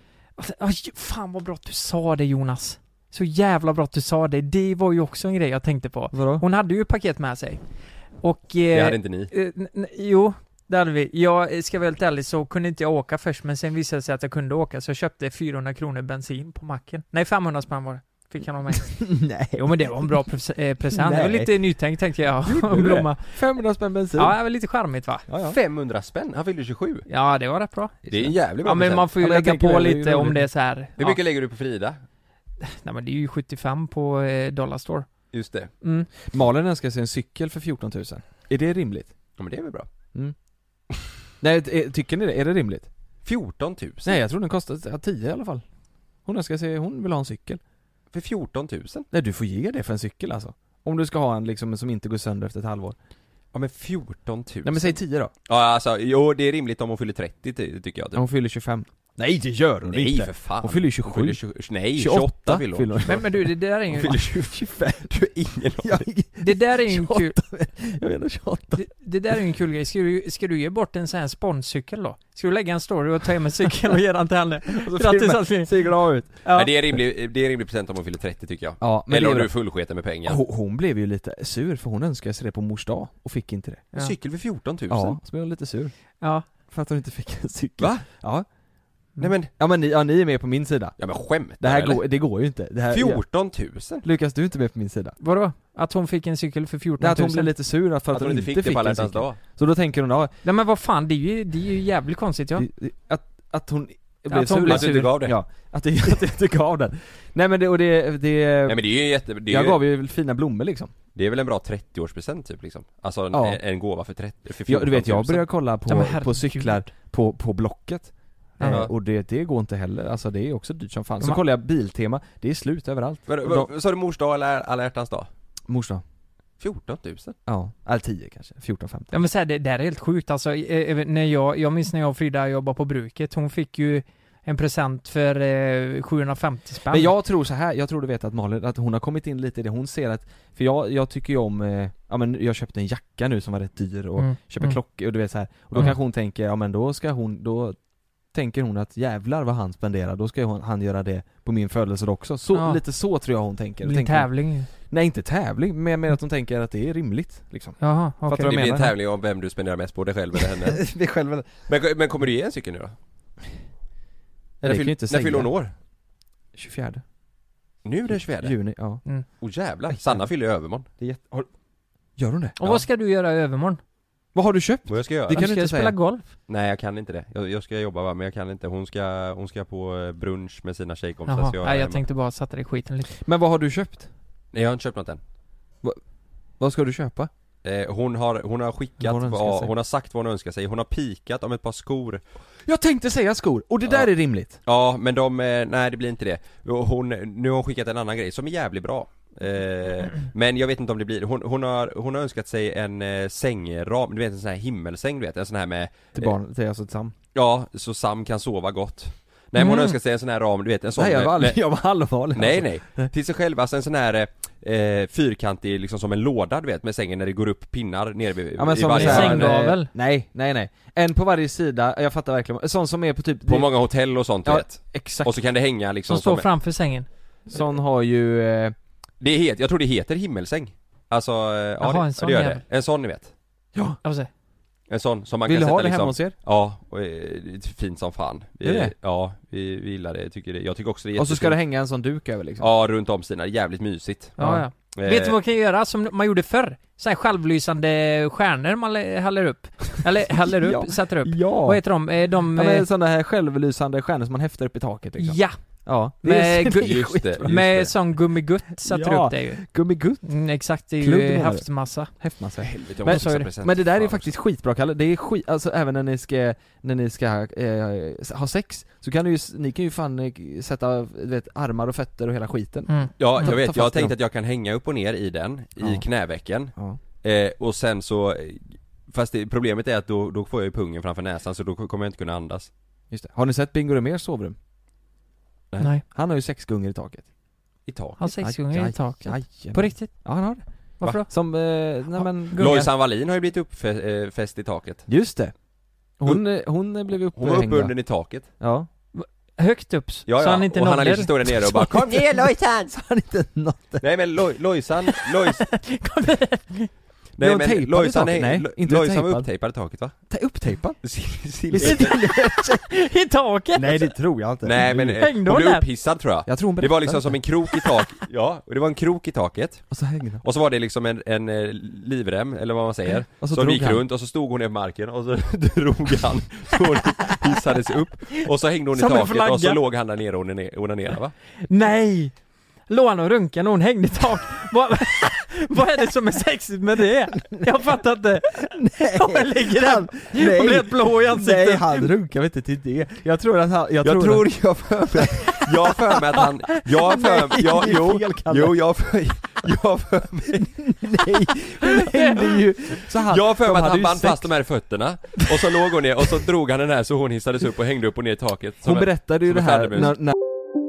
Aj, fan vad bra att du sa det Jonas. Så jävla bra att du sa det. Det var ju också en grej jag tänkte på. Vadå? Hon hade ju paket med sig. Och... Det Eh, hade inte ni. eh, n- n- jo, det hade vi. Jag ska vara helt ärlig så kunde inte jag åka först, men sen visade det sig att jag kunde åka, så jag köpte fyrahundra kronor bensin på macken. Nej, femhundra spänn var det. Fick han ha med. Nej. Jo men det var en bra pres- eh, present. Det var Nej. lite nytänkt tänkte jag. Gjorde Och du det? blomma. femhundra spänn bensin? Ja, det var lite charmigt va? Ja, ja. femhundra spänn? Han fyllde tjugosju. Ja, det var rätt bra. Det är en jävligt bra Ja, men present. man får ju Ja, men jag lägga tänker på det, det är ju lite om roligt. det är så här. Hur mycket lägger du på Frida? Ja. Nej men det är ju sjuttiofem på eh, Dollarstore. Just det. Mm. Malin önskar sig en cykel för fjorton tusen. Är det rimligt? Ja men det är väl bra. Nej, t- tycker ni det? Är det rimligt? fjorton tusen? Nej, jag tror den kostar ja, tio i alla fall. Hon önskar sig, hon vill ha en cykel. För fjorton tusen? Nej, du får ge det för en cykel alltså. Om du ska ha en liksom som inte går sönder efter ett halvår. Ja men fjorton tusen. Nej men säg tio då. Ja alltså, jo det är rimligt om hon fyller trettio ty- tycker jag typ. Hon fyller tjugofem. Nej, det gör hon Nej inte. för fan. Hon fyller ju tjugosju. Hon fyller tjugo, nej, tjugoåtta fyller hon. fyller Men, men du, det där är Hon ju... fyller tjugofem. Du har ingen Jag, aning. Det där är ju en kul... jag menar tjugoåtta. Det, det där är ju en kul grej. Ska du, ska du ge bort en sån här sponscykel då? Ska du lägga en story och ta hem en cykel och ge den till henne? Grattis Alfred. Ser glad ut. Ja. Nej, det är rimlig, det är rimlig present om hon fyller trettio tycker jag. Ja, men Eller det om är du är bra. fullsketen med pengar. hon, hon blev ju lite sur för hon önskade sig det på mors dag och fick inte det. Ja. Cykel för fjorton tusen? Ja, så blev hon lite sur. Ja. För att hon inte fick en cykel. Va? Ja. Nej men, Ja men ni, ja, ni är med på min sida. ja men skämtar Det här eller? går, det går ju inte. Det här, fjorton tusen? Lukas, du är inte med på min sida. Vadå? Att hon fick en cykel för fjorton Nej, att hon tusen? blev lite sur för att, Att hon inte fick det på alla hjärtans dag? Så då tänker hon, ja, Nej men vad fan, det är ju, det är ju jävligt konstigt ja. det- det- att, att hon blev Att hon sur. blev Att du inte gav det? Ja, att, det, att jag inte gav den. Nej men det, och det, det Nej men det är ju jätte, det är, jag ju, gav ju fina blommor liksom. det är väl en bra trettioårspresent typ liksom? Alltså en, Ja. en gåva för trettio, för Jag, fjorton du vet, jag tusen. börjar kolla på, Ja, men herregud. på cyklar på, på Blocket. Ja. Eh, och det, det går inte heller, alltså det är också dyrt som fan. Så Men- kollar jag Biltema, det är slut överallt. Men, Och vad, sa du mors dag eller alla hjärtans dag? Mors dag. fjorton tusen? Ja, eller tio kanske, fjorton femton. Ja men så här, det, det här är helt sjukt alltså, eh, eh, när jag, jag minns när jag och Frida jobbade på bruket, hon fick ju en present för eh, sjuhundrafemtio spänn. Men jag tror så här, jag tror du vet att Malin, att hon har kommit in lite i det, hon ser att, för jag, jag tycker ju om, eh, ja men jag köpte en jacka nu som var rätt dyr och Mm. köper Mm. klockor och du vet så här. Och då Mm. kanske hon tänker, ja men då ska hon, då tänker hon att jävlar vad han spenderar, då ska hon, han göra det på min födelsedag också. Så, Ja. lite så tror jag hon tänker. Det blir en Tänker hon- tävling. Nej inte tävling, men med att hon tänker att det är rimligt liksom. Jaha, okej. Fattar Det du? blir en menar? tävling om vem du spenderar mest på, dig själv eller henne. Det är själva. men, men kommer du ge en cykel nu då? Det när kan fyll, ju inte när säga. fyller hon år? tjugofjärde Nu den tjugofjärde? juni, ja. Åh jävlar, Sanna fyller ju övermorgon. Det är jätte... Har... Gör hon det? Och Ja. vad ska du göra i övermorgon? Vad har du köpt? Vad jag ska göra? Det kan Du du ska inte spela säga. golf? Nej jag kan inte det, jag, jag ska jobba va, men jag kan inte. Hon ska, hon ska på eh, brunch med sina tjejkompisar. Jaha, så jag, nej är jag hemma. tänkte bara sätta dig i skiten lite. Men vad har du köpt? Nej jag har inte köpt något än. Vad ska du köpa? eh, Hon har, hon har skickat Vad hon önskar vad, sig. hon har sagt vad hon önskar sig. Hon har pikat om ett par skor. Jag tänkte säga skor, och det Ja. där är rimligt. Ja men de, eh, nej det blir inte det. Och Hon, nu har hon skickat en annan grej som är jävligt bra. Eh, men jag vet inte om det blir, hon, hon, har, hon har önskat sig en eh, sängram, du vet en sån här himmelsäng du vet, en sån här med Till barn, till alltså till Sam. Ja, så Sam kan sova gott. Nej men hon Mm. önskar sig en sån här ram, du vet en sån Nej jag var, med- all, jag var allvarlig Nej nej, till sig själv, alltså en sån här eh, fyrkantig liksom som en låda du vet med sängen när det går upp pinnar ner vid, Ja men i som varje så här, Sänggavel. eh, Nej, nej nej. En på varje sida, jag fattar verkligen. Sån som är på typ På många hotell och sånt du Ja, vet. exakt. Och så kan det hänga liksom Som står som, framför sängen. Sån har ju eh, det är het, jag tror det heter himmelsäng. Alltså, eh, ja Jaha, det, en det sån gör jävel. det. En sån ni vet. Ja, Jag får se. En sån som man vill kan du sätta ha det liksom, hemma hos er? Ja, och eh, det är fint som fan. Vi, Är det? Ja, vi, vi gillar det, tycker det. Jag tycker också det är Och så ska jättefint. det hänga en sån duk över liksom. Ja, runt om sina, jävligt mysigt. Ja, ja. Eh, Vet du vad man kan göra som man gjorde förr? Så här självlysande stjärnor man lä- häller upp. Eller häller upp, Ja. sätter upp. Ja. Vad heter de? Eh, De... Ja eh, men sådana här självlysande stjärnor som man häftar upp i taket liksom. Ja! Ja, Med det gu- är Just det, just Med det. sån gummigutt sätter Ja. upp det ju. Gummigutt, Mm, exakt, det är Klubb ju menar du? häftmassa. häftmassa. Helvete, jag Men- måste så är fixa det. present. Men det där är ju Fan, faktiskt skitbra Kalle, det är skit, alltså även när ni ska, när ni ska eh, ha sex, så kan du ju, ni kan ju fan eh, sätta, du vet, armar och fötter och hela skiten. Mm. Ja, Ta- jag ta vet, fast jag har i tänkt dem. att jag kan hänga upp och ner i den, i Ja. knävecken. Ja. Eh, och sen så, eh, fast det, problemet är att då, då får jag ju pungen framför näsan så då kommer jag inte kunna andas. Just det. Har ni sett Bingo Rimérs sovrum? Nej. Nej. Han har ju sex gungor i taket. I taket. Han sex Aj, gånger i aj, taket. aj, På riktigt? Ja han har det. Varför då? Som, eh, nej Ja, men gunga. Lojsan Wallin har ju blivit uppfäst i taket. Just det. Hon, eh, hon blev Hon var upphängd. uppbunden i taket. Ja. Högt upp, Ja, så ja. han inte och han nollade. Alicia står där nere och bara kom ner Lojsan! Så han inte nått. Nej men Loj, Lojsan, Lojs... Blev hon Nej men tejpad i Lojsan, taket? är, Nej, Lo- inte Lojsan var tejpad. upptejpad i taket va? Ta upptejpad? Silver. I taket? Nej det tror jag inte. Nej men eh, Hängde hon hon blev där? upphissad tror jag. Jag tror hon Det var liksom berättade. som en krok i tak. Ja, och det var en krok i taket. Och så hängde hon. Och så var det liksom en, en eh, livrem, eller vad man säger, Och så som drog gick han. runt och så stod hon ner på marken och så drog han så hon hissades upp. Och så hängde hon Som i en taket flagga. och så låg han där nere och onaner- onanerade va? Nej! Låg han och runkade när hon hängde i tak? Vad, vad är det som är sexigt med det? Jag fattar inte. Nej, Hon ligger där och nej, blir helt blå i ansiktet. nej han runkar vet inte till det. Jag tror att han, jag, Jag tror, tror att, jag för mig, jag för mig att han, jag för mig, jag, det är jo, fel, Kalle. jo jag för, jag för mig, nej, hon hängde ju så han, jag för de mig att hade han ju band sex. fast de här i fötterna. Och så låg hon ner och så drog han den här så hon hissades upp och hängde upp och ner i taket. som Hon en- berättade ju som det en här fladdermus. när, när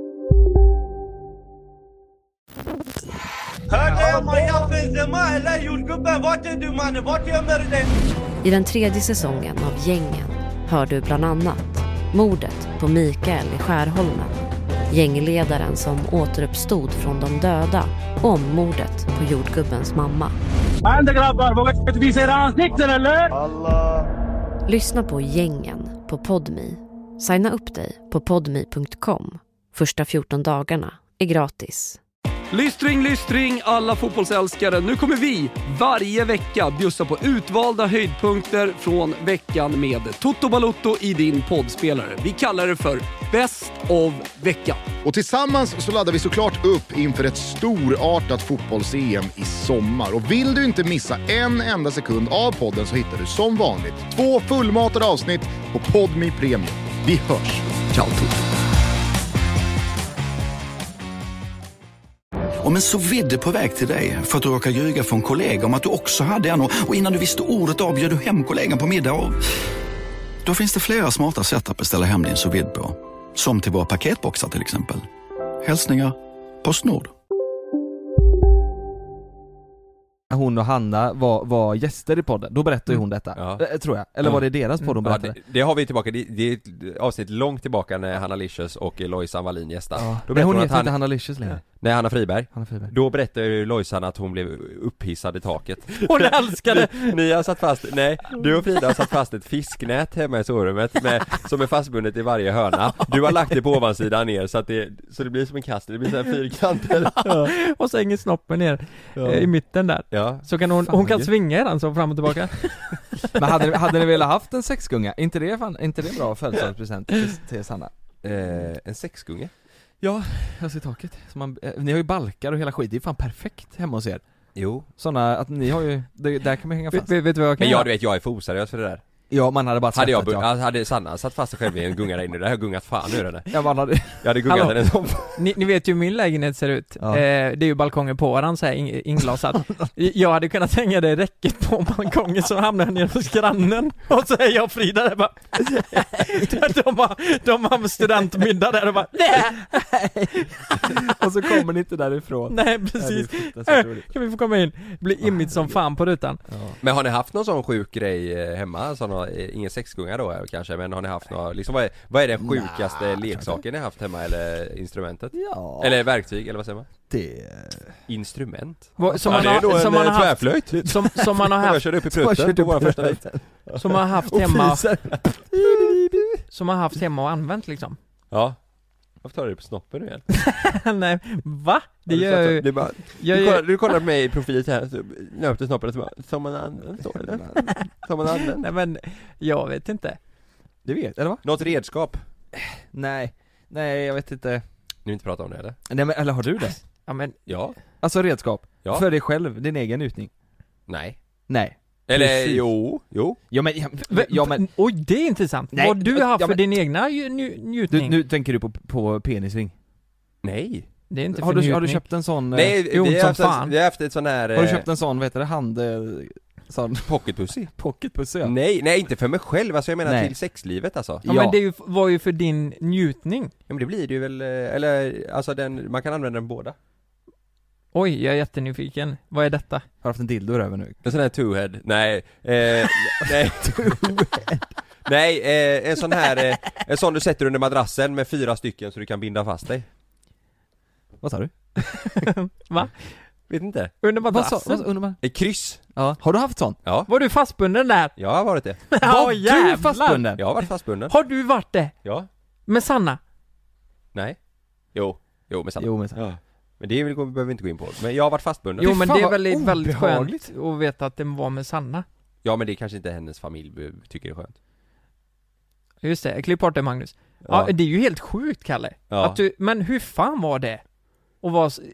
I den tredje säsongen av Gängen hör du bland annat mordet på Mikael i Skärholmen, gängledaren som återuppstod från de döda och om mordet på jordgubbens mamma. Lyssna på Gängen på Podme. Signa upp dig på podme punkt com. Första fjorton dagarna är gratis. Lystring, lystring alla fotbollsälskare. Nu kommer vi varje vecka bjussa på utvalda höjdpunkter från veckan med Toto Balotto i din poddspelare. Vi kallar det för Best of veckan. Och tillsammans så laddar vi såklart upp inför ett storartat fotbolls-E M i sommar. Och vill du inte missa en enda sekund av podden så hittar du som vanligt två fullmatade avsnitt på Podme Premium. Vi hörs. Ciao Toto. Om en sous vide på väg till dig för att du råkar ljuga för en kollega om att du också hade en och innan du visste ordet av bjöd du hem kollegan på middag och... Då finns det flera smarta sätt att beställa hem din sous vide på. Som till våra paketboxar till exempel. Hälsningar Postnord. hon och Hanna var, var gäster i podden, då berättade ju hon detta, Ja. eh, tror jag. Eller var det deras podd hon Ja, berättade? det, det har vi tillbaka, det, det är ett avsnitt långt tillbaka när Hanna Licious och Lojsan Wallin gästade. Ja. Då Men berättade hon hon heter att inte han, Hanna Licious längre. nej, Hanna Friberg. Hanna Friberg. Då berättade ju Lojsan att hon blev upphissad i taket. Hon älskade! Ni, ni har satt fast, nej, du och Frida har satt fast ett fisknät hemma i sovrummet med, som är fastbundet i varje hörna. Du har lagt det på ovansidan ner så att det, så det blir som en kast, det blir så här fyrkanter. Ja. Och så hänger snoppen ner Ja. eh, i mitten där. Ja. Så kan hon, Fan, hon kan gud. svinga den så fram och tillbaka. Men hade, ni- hade ni velat haft en sexgunga? Inte det fan, inte det bra födelsedagspresent till, till Sanna? Eh, en sexgunge? Ja, alltså i taket. Så man, eh, ni har ju balkar och hela skit, det är fan perfekt hemma hos er. Jo. Såna att ni har ju, det, där kan man hänga fast. Vet, vet du vad jag kan Men jag, göra? du vet, jag är för oseriös för det där. Ja, man hade bara Hade jag, svettat, ja. hade Sanna satt fast sig själv i en gunga där inne, det här har gungat fan ur henne. Ja, man hade... Jag hade gungat henne som... Ni, ni vet ju hur min lägenhet ser ut. Ja. Eh, det är ju balkongen på den så här in, inglasad. Jag hade kunnat hänga det räcket på balkongen så hamnar jag ner hos grannen. Och så är jag och Frida där bara... de, har, de har studentmiddag där och bara... Nej! Och så kommer ni inte därifrån. Nej, precis. Nej, äh, kan vi få komma in? Bli immigt som fan på rutan. Ja. Men har ni haft någon sån sjuk grej hemma? Såna, ingen sexgunga då kanske, men har ni haft några, liksom, vad är, vad är den sjukaste nah, leksaken ni har haft hemma, eller instrumentet? Ja. Eller verktyg, eller vad säger man? Det... Instrument? Va, som ja, man det är då har, en som man har haft, tvärflöjt. Som, som man har haft. Jag körde upp i prutten på våra första dejt. Som man har haft hemma. Som man har haft hemma och använt liksom. Ja. Varför tar du det på snoppen nu igen? Nej, va? Det gör ju... Det bara, jag, du, kollar, du kollar på mig i profilet här, så nöpte snoppen och så bara, som man använder, så eller? Som man använder. Nej men, jag vet inte. Det vet, eller va? Något redskap? Nej, nej jag vet inte. Ni vill inte prata om det eller? Nej men, eller har du det? Ja men... Ja. Alltså redskap? Ja. För dig själv, din egen njutning? Nej. Nej. Eller Precis. jo, jo. Ja men, ja, ja, men oj det är intressant. Nej. Vad du har haft Ja, men... för din egna nj- njutning? Du, nu tänker du på, på penisring? Nej. Det är inte har för du, har du njutning. köpt en sån? Nej, jo, vi har som haft, fan. vi har haft ett sån här... Har du köpt en sån, vad heter det, hand... Sån... Pocketpussy? Pocketpussy, ja. Nej, nej inte för mig själv, alltså jag menar nej. till sexlivet alltså. Ja, Ja. men det är ju, var ju för din njutning. Ja men det blir det ju väl, eller alltså den, man kan använda den båda. Oj, jag är jättenyfiken. Vad är detta? Har du haft en dildo över nu? En sån här two-head, nej, eh, nej, nej, eh, en sån här, eh, en sån du sätter under madrassen med fyra stycken så du kan binda fast dig. Vad sa du? Va? Vet inte. Under Vad madrassen? sa, vad, under ma- Ett kryss. ja. Har du haft sån? Ja. Var du fastbunden där? Jag har varit det. Ja, Var du jävlar. fastbunden? Jag har varit fastbunden. Har du varit det? Ja. Med Sanna? Nej. Jo. Jo, med samma. Jo, men så. Ja. Men det vill, behöver vi inte gå in på. Men jag har varit fastbunden. Jo Fy men fan det är vad väldigt, väldigt obehagligt. skönt att veta att det var med Sanna. Ja men det kanske inte hennes familj be- tycker det är skönt. Just det, klipp bort det Magnus. Ja. Ja. Det är ju helt sjukt Kalle. Ja. Att du, men hur fan var det? Och var s-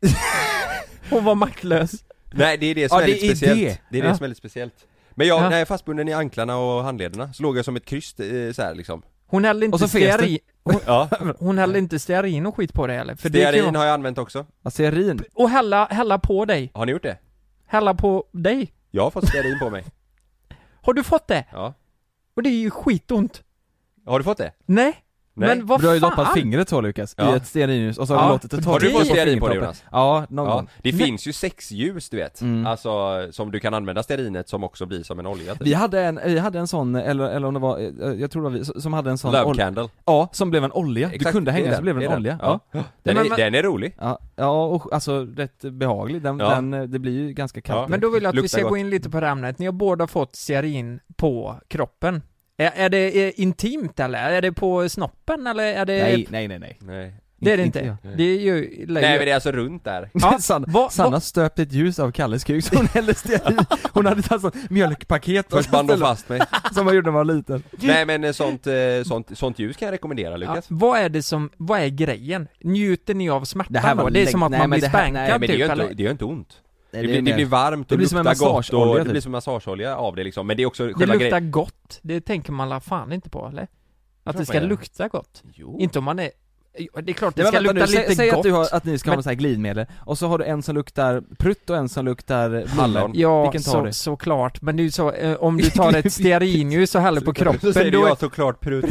och var maktlös. Nej det är det som Ja, är det lite är speciellt. det. Det är det Ja. som är lite speciellt. Men jag, Ja. när jag är fastbunden i anklarna och handlederna så låg jag som ett kryss eh, så här liksom. Hon hällde inte Och så fes det. stearin. Hon, Ja. hon hällde inte stearin och skit på dig eller? För det kan ju Stearin vara- har jag använt också. Acerin? Och hälla, hälla på dig. Har ni gjort det? Hälla på dig. Jag har fått stearin på mig. Har du fått det? Ja. Och det är ju skitont. Har du fått det? Nej. Nej. Men vad Du har ju fan? doppat fingret så Lukas, Ja. i ett stearinljus och så har Ja. du låtit det Har torka. du fått på stearin på det fingertoppen. Jonas? Ja, någon Ja, gång. det Nej. finns ju sexljus du vet, Mm. alltså som du kan använda stearinet som också blir som en olja typ. Vi hade en, vi hade en sån, eller, eller om det var, eh, jag tror det var vi, som hade en sån Love ol- candle. Ja, som blev en olja. Exakt, Du kunde det är hänga den, så blev det det en är olja. den. Ja. Den, Men- är, men- den är rolig. Ja, ja och alltså rätt behaglig. Den, Ja. den, eh, det blir ju ganska kallt. Ja. Men då vill jag att vi Luktar ska gott. gå in lite på det här ämnet. Ni har båda fått stearin på kroppen. Är, är det är intimt eller? Är det på snoppen eller är det... Nej, nej, nej, nej. Nej. Det är det Inte- inte. inte Det är ju... Nej men det är alltså runt där. Ja, Sanna, vad- Sanna vad- stöpt ett ljus av Kalles kuk så hon hällde stearin. Hon hade tagit sånt mjölkpaket Först band de fast mig. som man gjorde när man var liten. Nej men eh, sånt, eh, sånt, sånt ljus kan jag rekommendera Ja, Lukas. vad är det som, vad är grejen? Njuter ni av smärtan Det här var då? Det är länge- som att nej, man men blir det här- spankad nej, Nej men det typ gör eller? inte, det gör inte ont. Nej, Det blir, det blir varmt det och blir som en luktar gott massageolja, och det typ. blir som massageolja av det liksom. Men det är också Det själva luktar grejen. gott. Det tänker man la fan inte på eller? Att det ska man gör. lukta gott. Jo. Inte om man är... Det är klart det Nej, ska men vänta lukta nu, lite säg, säg gott. att, du har, att ni ska ha Men- något så här glidmedel, och så har du en som luktar prutt och en som luktar blommor. Hallon. Ja, Vilken tar så, du? såklart. Men det är ju så, eh, om du tar ett stearinljus och häller på Så kroppen säger då... jag såklart prutt.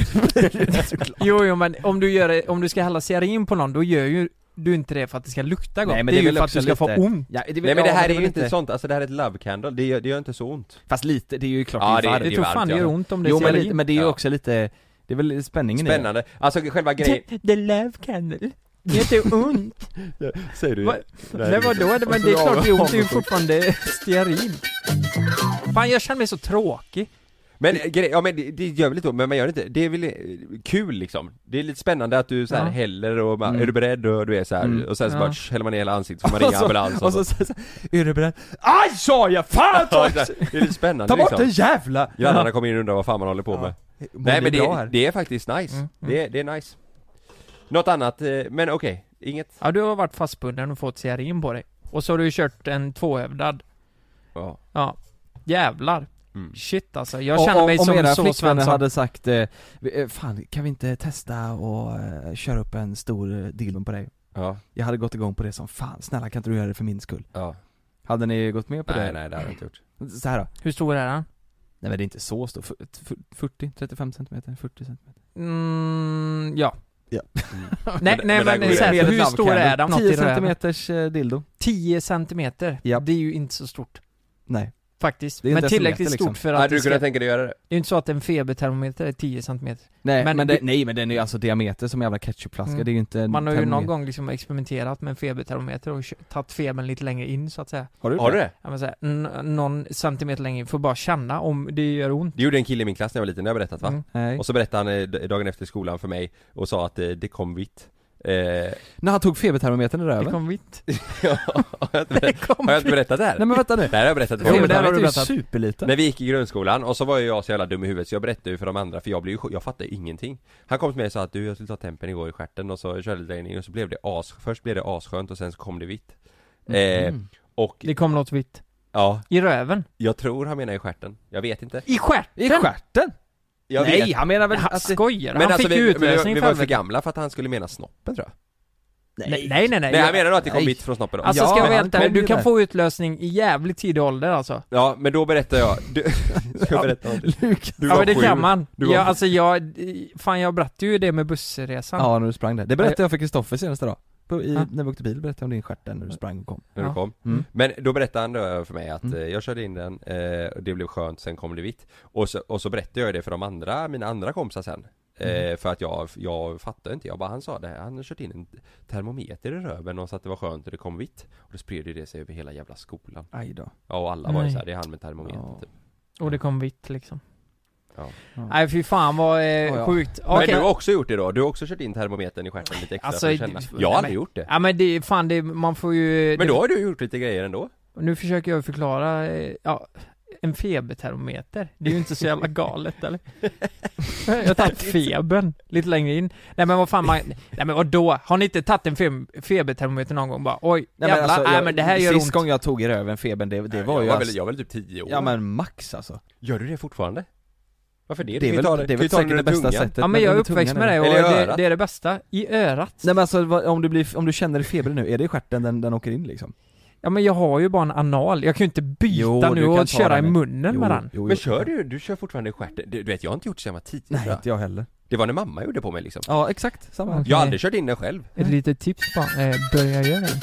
Jo, jo, men om du gör det, om du ska hälla stearin på någon, då gör ju du inte det för att det ska lukta gott. Nej, men det är det är ju väl för att också du ska få lite- ont. Ja, det, Nej men det här är väl ju inte inte sånt, alltså det här är ett love candle, det gör, det gör inte så ont. Fast lite, det är ju klart Ja, det det är är- varmt. Det tror varmt, fan det ja. gör ont om det är Jo men, stearin. lite, men det är ju Ja. också lite, det är väl spänningen i det. Spännande. Alltså själva grejen... The, the love candle. Det gör inte ont. Säger du? Va? Nej vadå? Det- Men det är klart det är ont, det är ju fortfarande stearin. Fan jag känner mig så tråkig. Men grej, ja men det, det gör väl inte, men man gör det inte. Det är väl eh, kul liksom. Det är lite spännande att du så här Ja. häller och man, Mm. är du beredd och du är så här Mm. och sen så Ja. bara tsch, häller man i hela ansiktet så man ringer Och så- ambulans och, och så, så. så, så, är du beredd? Aj sa jag! Fan Ja, ta, exakt. Det är lite spännande ta bort liksom. den jävla! Grannarna kommer in och undrar vad fan man håller på med. Nej men det, det är faktiskt nice. Mm, Det, är- det är nice. Något annat, eh, men okej, inget. Ja du har varit fastbunden och fått stearin på dig. Och så har du kört en tvåhövdad. Ja. Ja. Jävlar. Mm. Shit alltså, jag känner mig om, som om era så flickvänner Svensson. hade sagt eh, fan, kan vi inte testa och eh, köra upp en stor eh, dildo på dig? Ja. Jag hade gått igång på det som fan, snälla kan inte du göra det för min skull? Ja. Hade ni gått med på Nej, det? nej, det hade jag inte gjort. Så här då. Hur stor är den? Nej men det är inte så stor, fyrtio, trettiofem centimeter, fyrtio centimeter. Mm, ja. Ja. Mm. nej, nej men, men så här, hur stor är den? tio centimeters eh, dildo. tio centimeter? Ja. Det är ju inte så stort. Nej. Faktiskt. Det är Men inte tillräckligt decimeter, stort liksom. för att Hade du det ska... kunnat tänka dig göra det? Det är ju inte så att en febertermometer är tio centimeter. Nej, men, men det, det- nej men den är ju alltså diameter som en jävla ketchupflaska, Mm. det är ju inte en Man har ju någon termometer. gång liksom experimenterat med en febertermometer och kö- tagit febern lite längre in så att säga. Har du Har du det? Ja, men så här, n- någon centimeter längre in för att bara känna om det gör ont. Det gjorde en kille i min klass när jag var liten, det har jag berättat va? Mm. Nej. Och så berättade han eh, d- dagen efter skolan för mig och sa att eh, det kom vitt. Eh, När han tog febertermometern i röven? Det kom vitt. ja, har jag inte berättat, kom har jag inte berättat det här? Nej men vänta nu. Det här har jag berättat Jo, men det här har du är ju berättat. superliten. När vi gick i grundskolan och så var ju jag så jävla dum i huvudet så jag berättade ju för de andra för jag blev ju, jag fattade ingenting. Han kom till mig och sa att du, jag skulle ta tempen igår i stjärten och så körde det in och så blev det as, först blev det asskönt och sen så kom det vitt. Eh, Mm. och Det kom något vitt. ja, I röven. jag tror han menar i stjärten. Jag vet inte. I stjärten? I stjärten? Jag Nej, vet. han menar väl Han att det... skojar. Men Han alltså fick ju vi, men vi, utlösning vi för var för helvete. gamla för att han skulle mena snoppen tror jag. Nej, nej, nej. Nej, han menar då att det kom Nej. vitt från snoppen då. Alltså Ja, ska jag men vara han helt ärlig, kom du ju kan där. få utlösning i jävligt tidig ålder alltså. Ja, men då berättar jag du, Ska jag berätta om Lukas. du Ja var men det sju. kan man. Du var Ja, sju. alltså jag, fan jag berättade ju det med bussresan. Ja, när du sprang där. Det berättade jag för Kristoffer senaste dag. På, i, Ja. När vi åkte bil berättade jag om din stjärten när du sprang och kom. När Ja. du kom. Mm. Men då berättade han då för mig att Mm. eh, jag körde in den, eh, och det blev skönt, sen kom det vitt. Och så, och så berättade jag det för de andra, mina andra kompisar sen. Eh, för att jag, jag fattade inte, jag bara, han sa det, han hade kört in en termometer i röven och så att det var skönt och det kom vitt. Och då spred ju det sig över hela jävla skolan. Aj då. Ja, och alla var ju Nej. såhär, det är han med termometer Ja. typ. Och det kom vitt liksom. Ja. Ja. Nej fy fan vad eh, ja. sjukt. Men Okej. du har också gjort det då? Du har också kört in termometern i stjärten lite extra Alltså, för att känna? det- Jag har nej, aldrig men- gjort det. Ja men det, fan det, man får ju... Men det, då har du gjort lite grejer ändå. Nu försöker jag förklara, eh, ja, en febertermometer. Det är ju inte så jävla galet eller? Jag har tagit febern lite längre in. Nej men vad fan man, nej men vadå? Har ni inte tagit en fe- febertermometer någon gång bara? Oj, Nej, jävlar, men alltså, nej jag, men det här gör sist ont. gång jag tog i röven febern, det, det var jag ju var alltså, väl, jag var väl typ tio år. ja men max alltså. Gör du det fortfarande? Varför det? Det är väl, det är väl säkert det bästa sättet. Ja men jag är med uppväxt tungan med är- det och Eller i det, örat. det är det bästa. I örat. Nej men alltså vad- om du, blir, om du känner feber nu, är det i stjärten den, den åker in liksom? Ja men jag har ju bara en anal. Jag kan ju inte byta Jo, nu du kan och ta köra i den. munnen Jo, med den. jo, Men jo. kör du? Du kör fortfarande i stjärten? Du, du vet, jag har inte gjort det sen jag var tio. Nej, tror jag. inte jag heller. Det var när mamma gjorde på mig liksom. Ja exakt, samma här. Okej. Jag har aldrig kört in den själv. Ett litet tips bara, eh, börja göra det.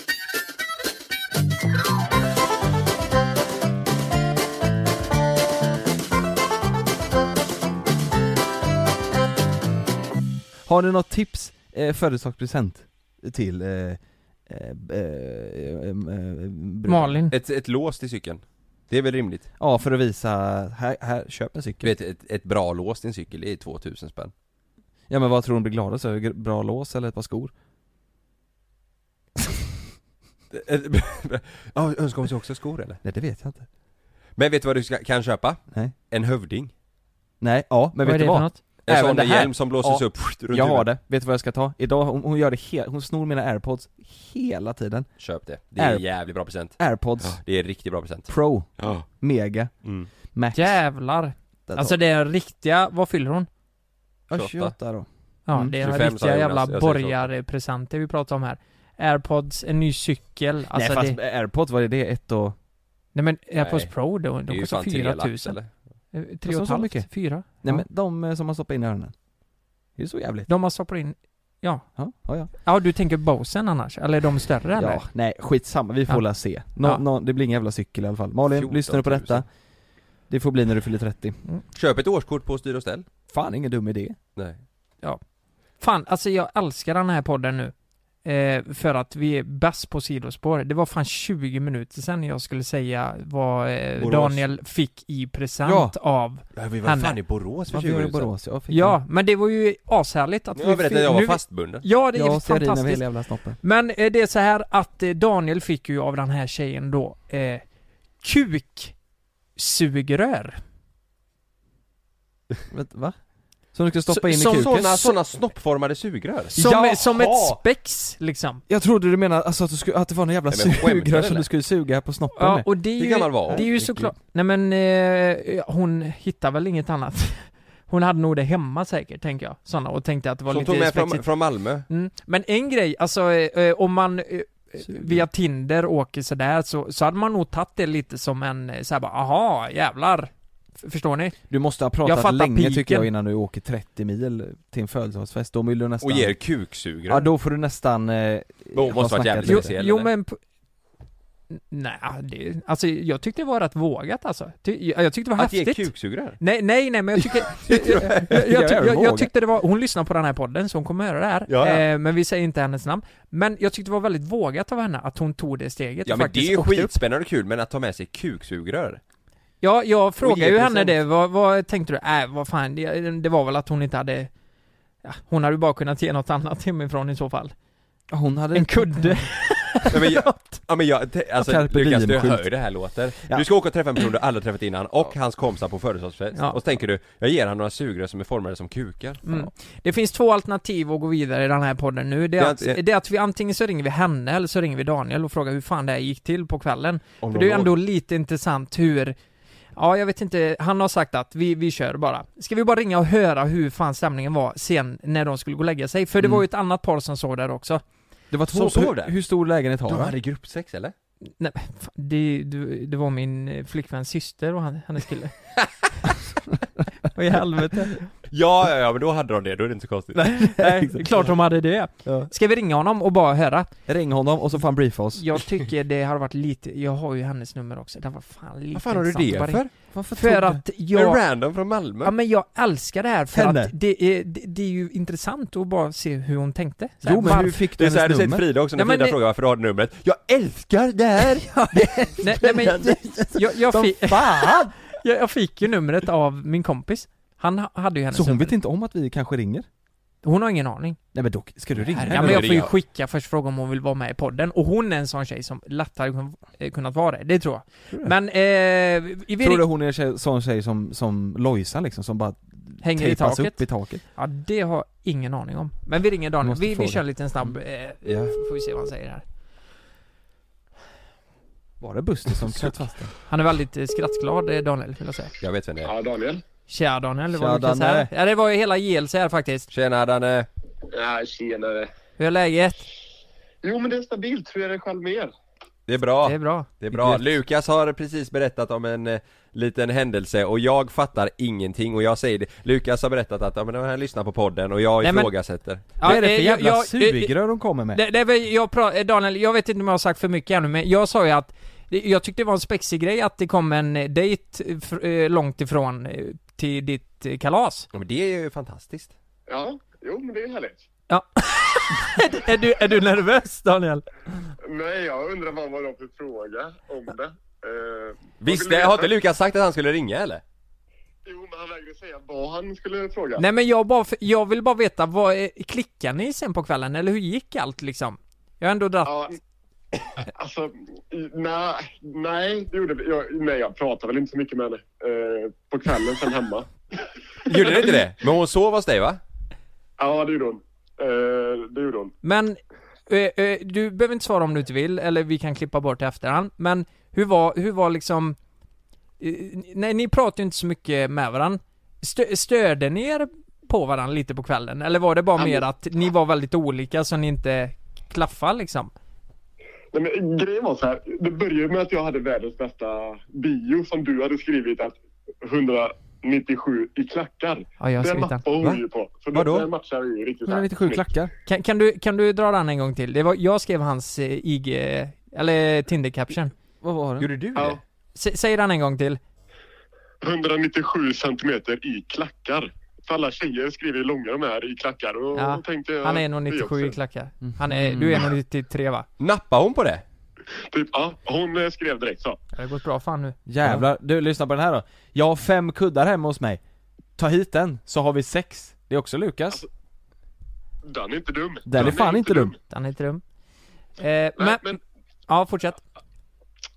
Har ni något tips, eh, födelsedagspresent till eh, eh, eh, eh, eh, bruden? Malin. Ett, ett lås till cykeln. Det är väl rimligt? Ja, för att visa, här, här köp en Du cykel. vet, ett, ett bra lås till en cykel är tvåtusen spänn. Ja men vad tror hon blir gladast över? Bra lås eller ett par skor? Ja, önskar hon sig också skor eller? Nej det vet jag inte. Men vet du vad du ska, kan köpa? Nej. En hövding. Nej, ja men Vad är vet det du för vad? något? En Även sån det här- hjälm som blåses Ja, upp runt Jag har huvudet. det, vet du vad jag ska ta? Idag, hon, hon gör det he- hon snor mina airpods hela tiden. Köp det. Det är en Air- jävligt bra present. Airpods Ja, det är en riktigt bra present. Pro, Ja. Mega, Mm. Max. Jävlar. Det tar- Alltså det är riktiga, vad fyller hon? Ja, tjugoåtta. tjugoåtta då. Ja Mm. det är tjugofem sa riktiga Jonas, jävla jag säger så. borgarpresenter vi pratar om här. Airpods, en ny cykel, alltså Nej fast det... airpods, vad är det? Ett och... Nej men Airpods Nej. Pro, de, Det är de ju kostar fan tre fyra lax, tusen. eller? Eh, Tre Kostar och ett så halvt, mycket? fyra. Nej Ja. men de eh, som man stoppar in i öronen. Det är så jävligt. De har stoppat in, ja. Ja, ja, ja. Ja du tänker Bosen annars? Eller är de större eller? Ja, nej skitsamma, vi får Ja. la se. Nå, Ja. nå, det blir ingen jävla cykel i alla fall. Malin, fjorton lyssnar du på detta? tusen. Det får bli när du fyller trettio. Köp ett årskort på Styr och Ställ. Fan, ingen dum idé. Nej. Fan, alltså jag älskar den här podden nu. Eh, för att vi är bäst på sidospår. Det var fan tjugo minuter sedan jag skulle säga vad eh, Borås. Daniel fick i present Ja. av Ja, vi var henne. fan i Borås för Varför tjugo gör du minuter sedan. Borås? Jag fick Ja, men det var ju ashärligt att Nu har jag berättat att jag var nu- fastbunden. Ja, det är Ja, stearin över fantastiskt. hela jävla snoppen. Men eh, det är så här att eh, Daniel fick ju av den här tjejen då eh, kuksugrör. Vet, va? Som du ska stoppa in i som kuken. såna, såna snoppformade sugrör. Som, Jaha. som ett spex liksom. Jag trodde du menade alltså, att, du skulle, att det var en jävla Nej, men skämtar, sugrör som eller? du skulle suga på snoppen Ja, med. och det är ju, Hur gammal var hon? det är ju såklart. Nej men eh, hon hittar väl inget annat. Hon hade nog det hemma säkert, tänker jag. Såna, och tänkte att det var Som lite tog med spexigt. från, från Malmö. Mm. Men en grej, alltså eh, om man eh, via Tinder åker sådär så, så hade man nog tagit det lite som en eh, såhär bara, aha, jävlar. F- förstår ni? Du måste ha Jag pratat fattar länge piken. tycker jag innan du åker trettio mil till en födelsedagsfest. Då vill du nästan... Och ger kuksugrör. Ja, då får du nästan... Eh, Då måste ha vara snackat jävligt lite. speciell. Jo eller? men p- Nej, det, alltså jag tyckte det var rätt vågat alltså. Ty, jag, jag tyckte det var Att ge häftigt. kuksugrör? Nej, nej, nej, men jag tycker jag, jag, jag, jag, jag, jag, jag tyckte det var, hon lyssnar på den här podden så hon kommer höra det här. Ja, ja. Eh, men vi säger inte hennes namn. Men jag tyckte det var väldigt vågat av henne att hon tog det steget Ja och men det faktiskt är ju åkte upp. skitspännande och kul, men att ta med sig kuksugrör. Ja, jag frågade ge ju henne present. det, vad, vad tänkte du? Äh, vad fan, det, det var väl att hon inte hade, ja, hon hade ju bara kunnat ge något annat hemifrån i så fall. Hon hade En kudde. Nej, men jag, ja men jag, te, alltså Carpe Lukas, du diem-skylt. hör ju det här låter. Ja. Du ska åka och träffa en person du aldrig träffat innan och hans kompisar på födelsedagsfest. Ja. Och så tänker du, jag ger han några sugrör som är formade som kukar. Mm. Det finns två alternativ att gå vidare i den här podden nu. Det är, Det är att, inte- det är att vi antingen så ringer vi henne eller så ringer vi Daniel och frågar hur fan det här gick till på kvällen. Om För de det är ju ändå låg. lite intressant hur, ja jag vet inte, han har sagt att vi, vi kör bara. Ska vi bara ringa och höra hur fan stämningen var sen när de skulle gå och lägga sig? För det Mm. var ju ett annat par som såg där också. Det var två, Som sov hur, där? hur stor lägenhet har De du? hade gruppsex eller? Nej, fan, det, det, det var min eh, flickväns syster och han, hennes kille. Vad i helvete? Ja, ja, ja, men då hade de det, då är det inte så konstigt. Nej, det är klart de hade det. Ja. Ska vi ringa honom och bara höra? Ring honom och så får han briefa oss. Jag tycker det har varit lite, jag har ju hennes nummer också. Det var fan lite Vad fan har du intressant det att bara ringa. för? Varför För att En jag, random från Malmö? ja men jag älskar det här för Henne? att det är, det, det är ju intressant att bara se hur hon tänkte. Så här, Jo men varför- hur fick Det du är så här, du hennes säger nummer? till Frida också när Nej, men Frida det- frågar varför du har numret. Jag älskar det här! nej, nej men jag, jag, Som fick, fan! jag, jag fick ju numret av min kompis. Han ha- hade ju hennes Så hon nummer. vet inte om att vi kanske ringer? Hon har ingen aning. Nej men då, ska du ringa? Ja men jag får ju ringa. skicka först fråga om hon vill vara med i podden. Och hon är en sån tjej som lätt hade kun- eh, kunnat vara det, det tror jag. Tror du? Men, eh, vi, vi Tror du hon är en tjej, sån tjej som, som Lojsan liksom, som bara hänger i tejpas taket? upp i taket? Ja, det har jag ingen aning om. Men vi ringer Daniel. Måste Vi, vi fråga. kör en liten snabb, eh, Ja. får vi se vad han säger här. Var det Buster som satt fast den? Han är väldigt eh, skrattglad, eh, Daniel, vill jag säga. Jag vet vem det är. Ja, Daniel. Tja Daniel, det Tja, var Lukas här. Danne. Ja, det var ju hela J L C här faktiskt. Tjena Danne! Ja, tjenare. Hur är läget? Jo, men det är stabilt. Tror jag det själv mer. Det är bra. Det är bra. Det är bra. Gött. Lukas har precis berättat om en eh, liten händelse och jag fattar ingenting och jag säger det. Lukas har berättat att ja, men han lyssnar på podden och jag Nej, men- ifrågasätter. Ja, Vad är det eh, för jag- jävla jag- sugrör de kommer med? Det, det är väl, jag pra, eh, Daniel, jag vet inte om jag har sagt för mycket ännu, men jag sa ju att det- jag tyckte det var en spexig grej att det kom en eh, dejt eh, fr, eh, långt ifrån eh, till ditt eh, kalas. Ja, men det är ju fantastiskt. Ja, jo, men det är härligt. Ja. är, du, är du nervös Daniel? Nej, jag undrar vad var de för fråga om det. Uh, Visst, har inte Lukas sagt att han skulle ringa eller? Jo, men han vägrade säga vad han skulle fråga. Nej men jag, bara, jag vill bara veta, vad, eh, klickar ni sen på kvällen eller hur gick allt liksom? Jag har ändå dratt... Ja, alltså, i- nej, nej, det gjorde vi. Jag, nej, jag pratade väl inte så mycket med henne eh, på kvällen sen hemma. Gjorde det inte det? Men hon sov hos dig va? Ja, det gjorde hon. Eh, det gjorde hon. Men, eh, eh, du behöver inte svara om du inte vill, eller vi kan klippa bort i efterhand. Men hur var, hur var liksom... Eh, nej, ni pratade ju inte så mycket med varandra. Stö, störde ni er på varandra lite på kvällen? Eller var det bara Ja, mer men- att ni var väldigt olika så ni inte klaffade liksom? Nej, men grejen var så här. Det började med att jag hade världens bästa bio som du hade skrivit att etthundranittiosju i klackar. Ja, jag har det skrivit den. mappade Va? hon ju på. Så Vadå? det, det matchar ju riktigt så här. etthundranittiosju klackar? Kan, kan, du, kan du dra den en gång till? Det var, jag skrev hans eh, I G, eller Tinder-caption. Vad var det? Gjorde du det? Ja. S- säg den en gång till. etthundranittiosju centimeter i klackar. För alla tjejer skriver ju långa de här i klackar. Och Ja, då tänkte jag, Han är nog vi nittiosju i också. klackar. Han är, du är nog nittiotre va? Nappade hon på det? Typ, ja, hon eh, skrev direkt så. Det har gått bra fan nu. Jävlar, du lyssna på den här då. Jag har fem kuddar hemma hos mig. Ta hit den, så har vi sex. Det är också Lukas. Den är inte dum. Den är fan inte dum. Den är inte dum. Eh, men, men- ja fortsätt.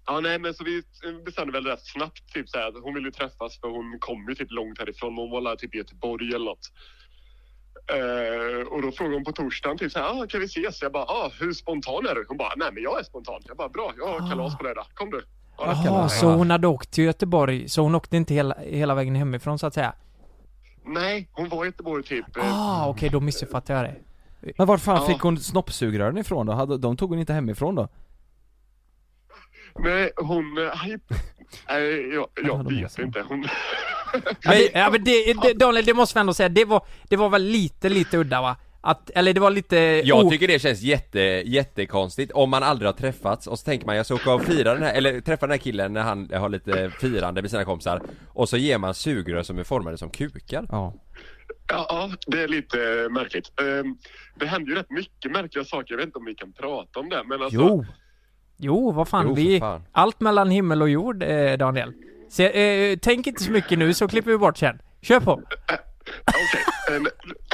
Ja, nej, men så vi bestämde väl rätt snabbt typ så här, att hon ville träffas för hon kom ju typ långt härifrån. Hon var typ i Göteborg eller något. Uh, och då frågade hon på torsdagen typ så här, ah, kan vi ses? Jag bara, ah, hur spontan är du? Hon bara, nej men jag är spontan. Jag bara, bra, jag har kalas på dig då. Kom du. Ja, Jaha, så hon hade åkt till Göteborg, så hon åkte inte hela, hela vägen hemifrån så att säga? Nej, hon var i Göteborg typ. Ah, okej, okay, då missuppfattade jag det. Men var fan Ja. fick hon snoppsugrören ifrån då? Hade, de tog hon inte hemifrån då? Nej, hon... Nej, nej jag, jag vet inte. Hon... Ja, det, ja, men det, det, Daniel, det måste vi ändå säga, det var, det var väl lite, lite udda va? Att, eller det var lite... Jag oh. tycker det känns jätte, jättekonstigt om man aldrig har träffats och så tänker man jag ska åka och fira den här, eller träffa den här killen när han har lite firande med sina kompisar och så ger man sugrör som är formade som kukar. Ja. Ja, det är lite märkligt. Det händer ju rätt mycket märkliga saker, jag vet inte om vi kan prata om det, men alltså... Jo! Jo, vad fan, Jo, vi... fan. Allt mellan himmel och jord, eh, Daniel. Så, eh, tänk inte så mycket nu, så klipper vi bort sen. Kör på! Okej. Okay.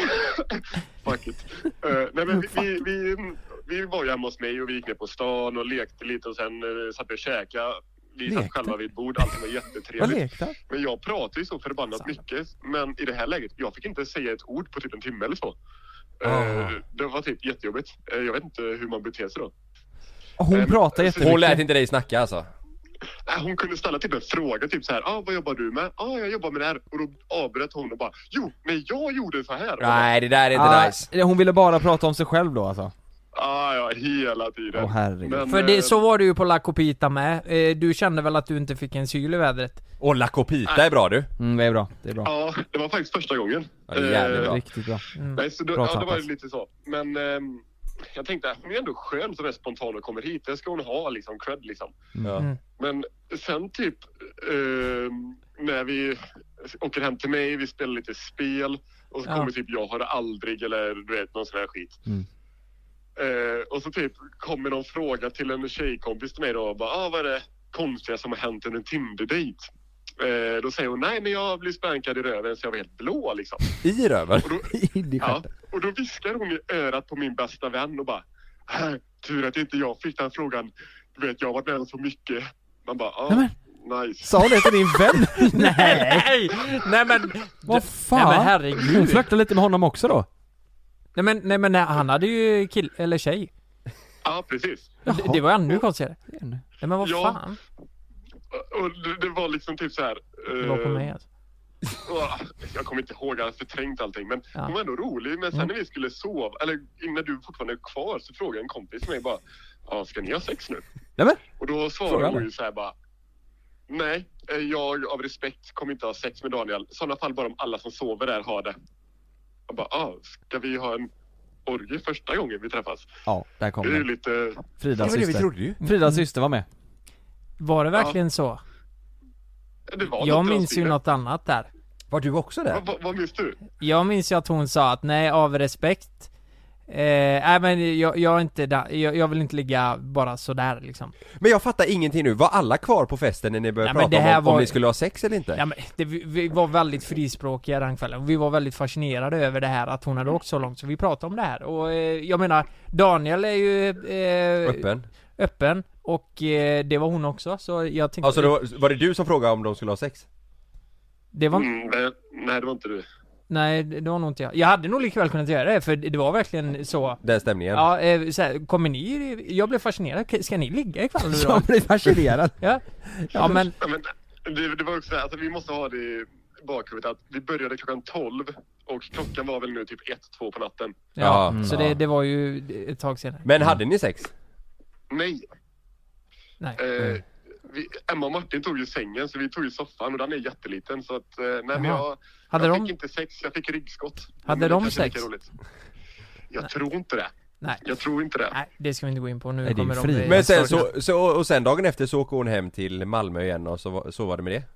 Fuck it. Uh, nej, men vi, vi, vi, vi var ju hemma hos mig och vi gick ner på stan och lekte lite och sen uh, satt vi och käkade. Vi satt själva vid ett bord, allt var jättetrevligt. Men jag pratade ju så förbannat Sant. mycket. Men i det här läget, jag fick inte säga ett ord på typ en timme eller så. Uh, det var typ jättejobbigt. Uh, jag vet inte hur man beter sig då. Hon um, pratar jättemycket. Hon lät inte dig snacka alltså? Hon kunde ställa typ en fråga typ så här, ah, vad jobbar du med? Ja, ah, jag jobbar med det här. Och då avbröt hon och bara, jo, men jag gjorde så här. Nej, det där är inte ah, nice. Hon ville bara prata om sig själv då alltså? Ah, ja, hela tiden. Åh, herregud. Men, För det, så var det ju på La Copita med. Du kände väl att du inte fick en syl i vädret? Och La Copita är bra du. Mm, det är bra, det är bra. Ja, det var faktiskt första gången. Ja, det är jävligt bra. Riktigt bra. Mm. Nej, så då, Bra ja, det var tapas. lite så. Men ehm, jag tänkte, hon är ändå skön som är spontan och kommer hit. Det ska hon ha, liksom, cred liksom. Ja. Mm. Men sen typ eh, när vi åker hem till mig, vi spelar lite spel och så Ja. kommer typ jag har det aldrig eller du vet någon sån här skit. Mm. Eh, och så typ kommer någon fråga till en tjejkompis till mig då och bara, ah, vad är det konstiga som har hänt under en Tinder-date? Eh, då säger hon, nej men jag blir spankad i röven så jag var helt blå liksom. I röven? Och då, ja, och då viskar hon i örat på min bästa vän och bara, äh, tur att inte jag fick den frågan. Du vet, jag har varit med om så mycket. Man bara, ja, ah, nice. Sa hon det till din vän? Nej! Nej men... Vad fan? Nej men herregud. Hon flörtade lite med honom också då? Nej men, nej, men nej, han hade ju kill eller tjej. Ja, precis. Det, det var ännu konstigare. Nej men vad Ja. fan? Och det, det var liksom typ så här. Det var på eh, mig alltså. åh, jag kommer inte ihåg, jag har förträngt allting. Men Ja. hon var ändå rolig. Men sen Mm. när vi skulle sova, eller innan du fortfarande är kvar, så frågade en kompis mig bara, ja, ska ni ha sex nu? Nej men? Och då Fråga svarade hon alla. ju så här bara, nej, eh, jag av respekt kommer inte ha sex med Daniel. I sådana fall bara om alla som sover där har det. Jag bara, ah, ska vi ha en orgie första gången vi träffas? Ja, där Det kom är ju det. lite... Fridas Det var det vi syster. trodde ju. Fridas syster var med. Var det verkligen så? Det var Jag något minns ju stilen. något annat där. Var du också där? Vad, vad, vad minns du? Jag minns ju att hon sa att nej, av respekt. Eh, nej men jag, jag är inte där, jag, jag vill inte ligga bara sådär liksom. Men jag fattar ingenting nu. Var alla kvar på festen när ni började Nej, men prata det här om, om var- ni skulle ha sex eller inte? Ja men det, vi, vi var väldigt frispråkiga den kvällen. Vi var väldigt fascinerade över det här att hon hade åkt så långt, så vi pratade om det här. Och eh, jag menar, Daniel är ju eh, Öppen? öppen och eh, det var hon också, så jag tänkte... Alltså då, var det du som frågade om de skulle ha sex? Det var... Mm, nej, nej, det var inte du. Nej, det det var nog inte jag. Jag hade nog likväl kunnat göra det, för det var verkligen så. Den stämningen? Ja, eh, så här, kommer ni... Jag blev fascinerad. Ska ni ligga ikväll nu då? Jag blev fascinerad. Ja, ja men... Ja, men det, det var också så här, alltså vi måste ha det i bakhuvudet att vi började klockan tolv och klockan var väl nu typ ett, två på natten. Ja, Mm. så det, det var ju ett tag senare. Men hade ni sex? Nej. Nej. Eh, vi, Emma och Martin tog ju sängen, så vi tog ju soffan och den är jätteliten, så att, eh, nej men Jaha. jag, Hade jag de- fick inte sex, jag fick ryggskott. Hade Men det de kanske är lika sex? roligt. Jag tror inte det. Nej. Jag tror inte det. Nej, det ska vi inte gå in på nu. Nej, det är kommer fri. de... Men sen så, så, och sen dagen efter så åker hon hem till Malmö igen och så, var- så var det med det?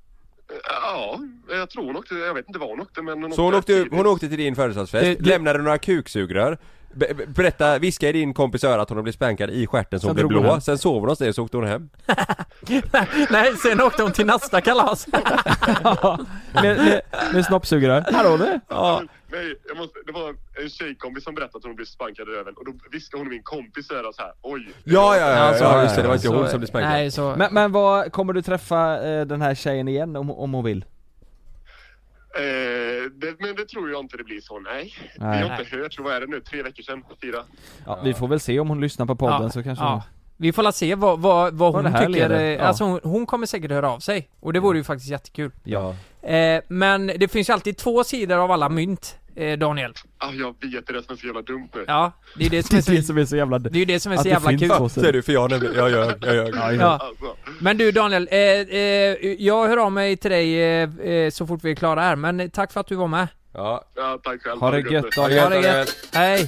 Ja, jag tror hon åkte, jag vet inte var hon åkte, men hon Så hon åkte, tidigt. hon åkte till din födelsedagsfest, Det- det- lämnade några kuksugrör, be, be, berätta, viska i din kompis öra att hon blev spankad i stjärten som Sen blev drog hon blå, hem. sen sov hon hos det och så åkte hon hem. Nej, sen åkte hon till nästa kalas. med, med, med snoppsugrör. Hallå du? Ja. Men Nej, jag måste, det var en tjejkompis som berättade att hon blev spankad i röven. Och då viskade hon min kompis så här, så här oj. Ja, ja, ja, så- ja, just det, det var inte så- hon som blev spankad. Nej, så... Men, men vad, kommer du träffa eh, den här tjejen igen om, om hon vill? Eh, det, men det tror jag inte det blir så, nej. Nej. Vi har inte hört, så vad är det nu? Tre veckor sedan, fyra. Ja, vi får väl se om hon lyssnar på podden Ja, så kanske ja. hon... Vi får la se vad, vad, vad Vad hon det här tycker, leder, eh, ja. alltså hon, hon kommer säkert höra av sig. Och det vore ju faktiskt jättekul. Ja. Eh, men det finns ju alltid två sidor av alla mynt, eh, Daniel. Ah, jag vet, det är det som är så jävla dumt nu. Ja, det är det som är så, Det som är så jävla... det är ju det som är att så det jävla finns kul. två sidor. Säger du, för jag nämligen, jag gör, jag gör. Ja, Ja. Alltså. Men du Daniel, eh, eh, jag hör av mig till dig eh, eh, så fort vi är klara här. Men eh, tack för att du var med. Ja. Ja, tack själv. Ha det gött gött, nu. Daniel. Ha det gött. Hej.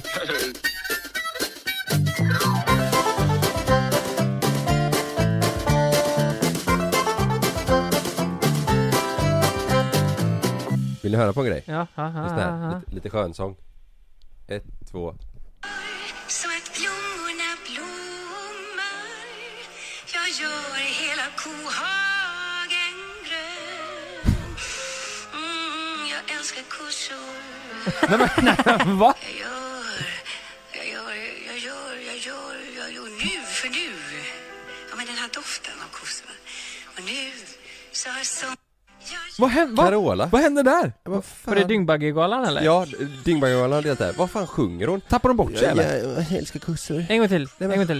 Vill ni höra på en grej? Ja, ja, En ja, sån här, ja. lite, lite skönsång. Ett, två. Så att blommorna blommar. Jag gör hela kohagen grön. Mm, jag älskar kossor. Nej men, nej, va? Jag gör, jag gör, jag gör, jag gör, jag gör nu för nu. Ja men den här doften av kossorna. Och nu så har som... Vad hände? Carola. Vad hände där? Vad Var det Dyngbaggegalan eller? Ja, Dyngbaggegalan hade det där. Vad fan sjunger hon? Tappar de bort sig eller? Jag, jag älskar kossor. En gång till, en gång till.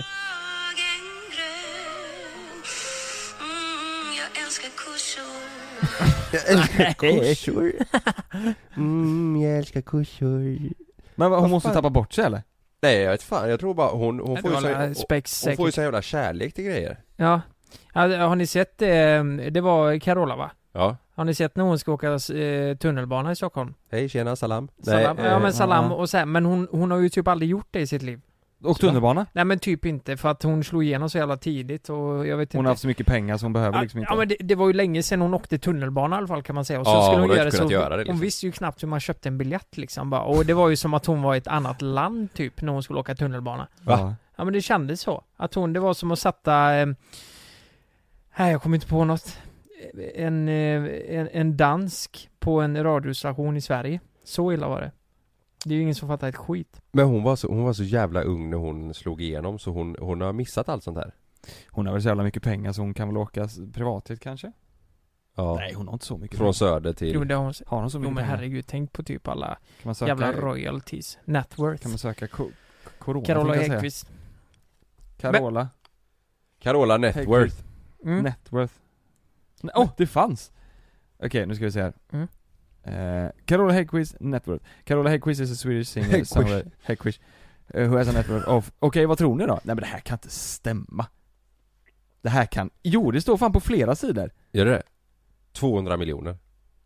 Mm, jag älskar kossor. Jag älskar kossor. Mm, jag älskar kossor. Men vad, hon Vad måste fan? tappa bort sig eller? Nej, jag vet fan. Jag tror bara hon, hon, Det får, ju var så, la- hon, spex hon får ju säkert. så jävla kärlek till grejer. Ja. Ja, har ni sett, eh, det var Carola va? Ja. Har ni sett när hon ska åka eh, tunnelbana i Stockholm? Hej, tjena, salam. Salam. Nej, ja eh, men salam ja. och så här, men hon, hon har ju typ aldrig gjort det i sitt liv. Och tunnelbana? Nej men typ inte, för att hon slog igenom så jävla tidigt och jag vet inte. Hon har haft så mycket pengar så hon behöver Ja, liksom inte. ja men det, det var ju länge sedan hon åkte tunnelbana i alla fall kan man säga. Och så Ja, skulle hon hon, har göra inte så. kunnat göra det, liksom. Hon visste ju knappt hur man köpte en biljett liksom bara. Och det var ju som att hon var i ett annat land typ när hon skulle åka tunnelbana. Va? Ja men det kändes så. Att hon, det var som att sätta... Eh, nej jag kommer inte på något. En, eh, en, en dansk på en radiostation i Sverige. Så illa var det. Det är ju ingen som fattar ett skit. Men hon var, så, hon var så jävla ung när hon slog igenom, så hon, hon har missat allt sånt här. Hon har väl så jävla mycket pengar så hon kan väl åka s- privatjet kanske? Ja. Nej hon har inte så mycket Från söder till... Jo, det har hon, Har hon så jo mycket men pengar? herregud, tänk på typ alla Kan man söka, jävla royalties. Net worth. kan man söka ko- corona? Carola tänkte jag säga. Häggkvist. Carola Carola Networth. Mm. Networth. Åh, oh, det fanns! Okej, nu ska vi se här. Mm. Eh, Carola Häggkvist Networth. Carola Häggkvist is a Swedish singer. Häggkvist. songwriter- Häggkvist. Uh, who has a network of... Okej, vad tror ni då? Nej men det här kan inte stämma. Det här kan... Jo, det står fan på flera sidor. Gör det? tvåhundra miljoner.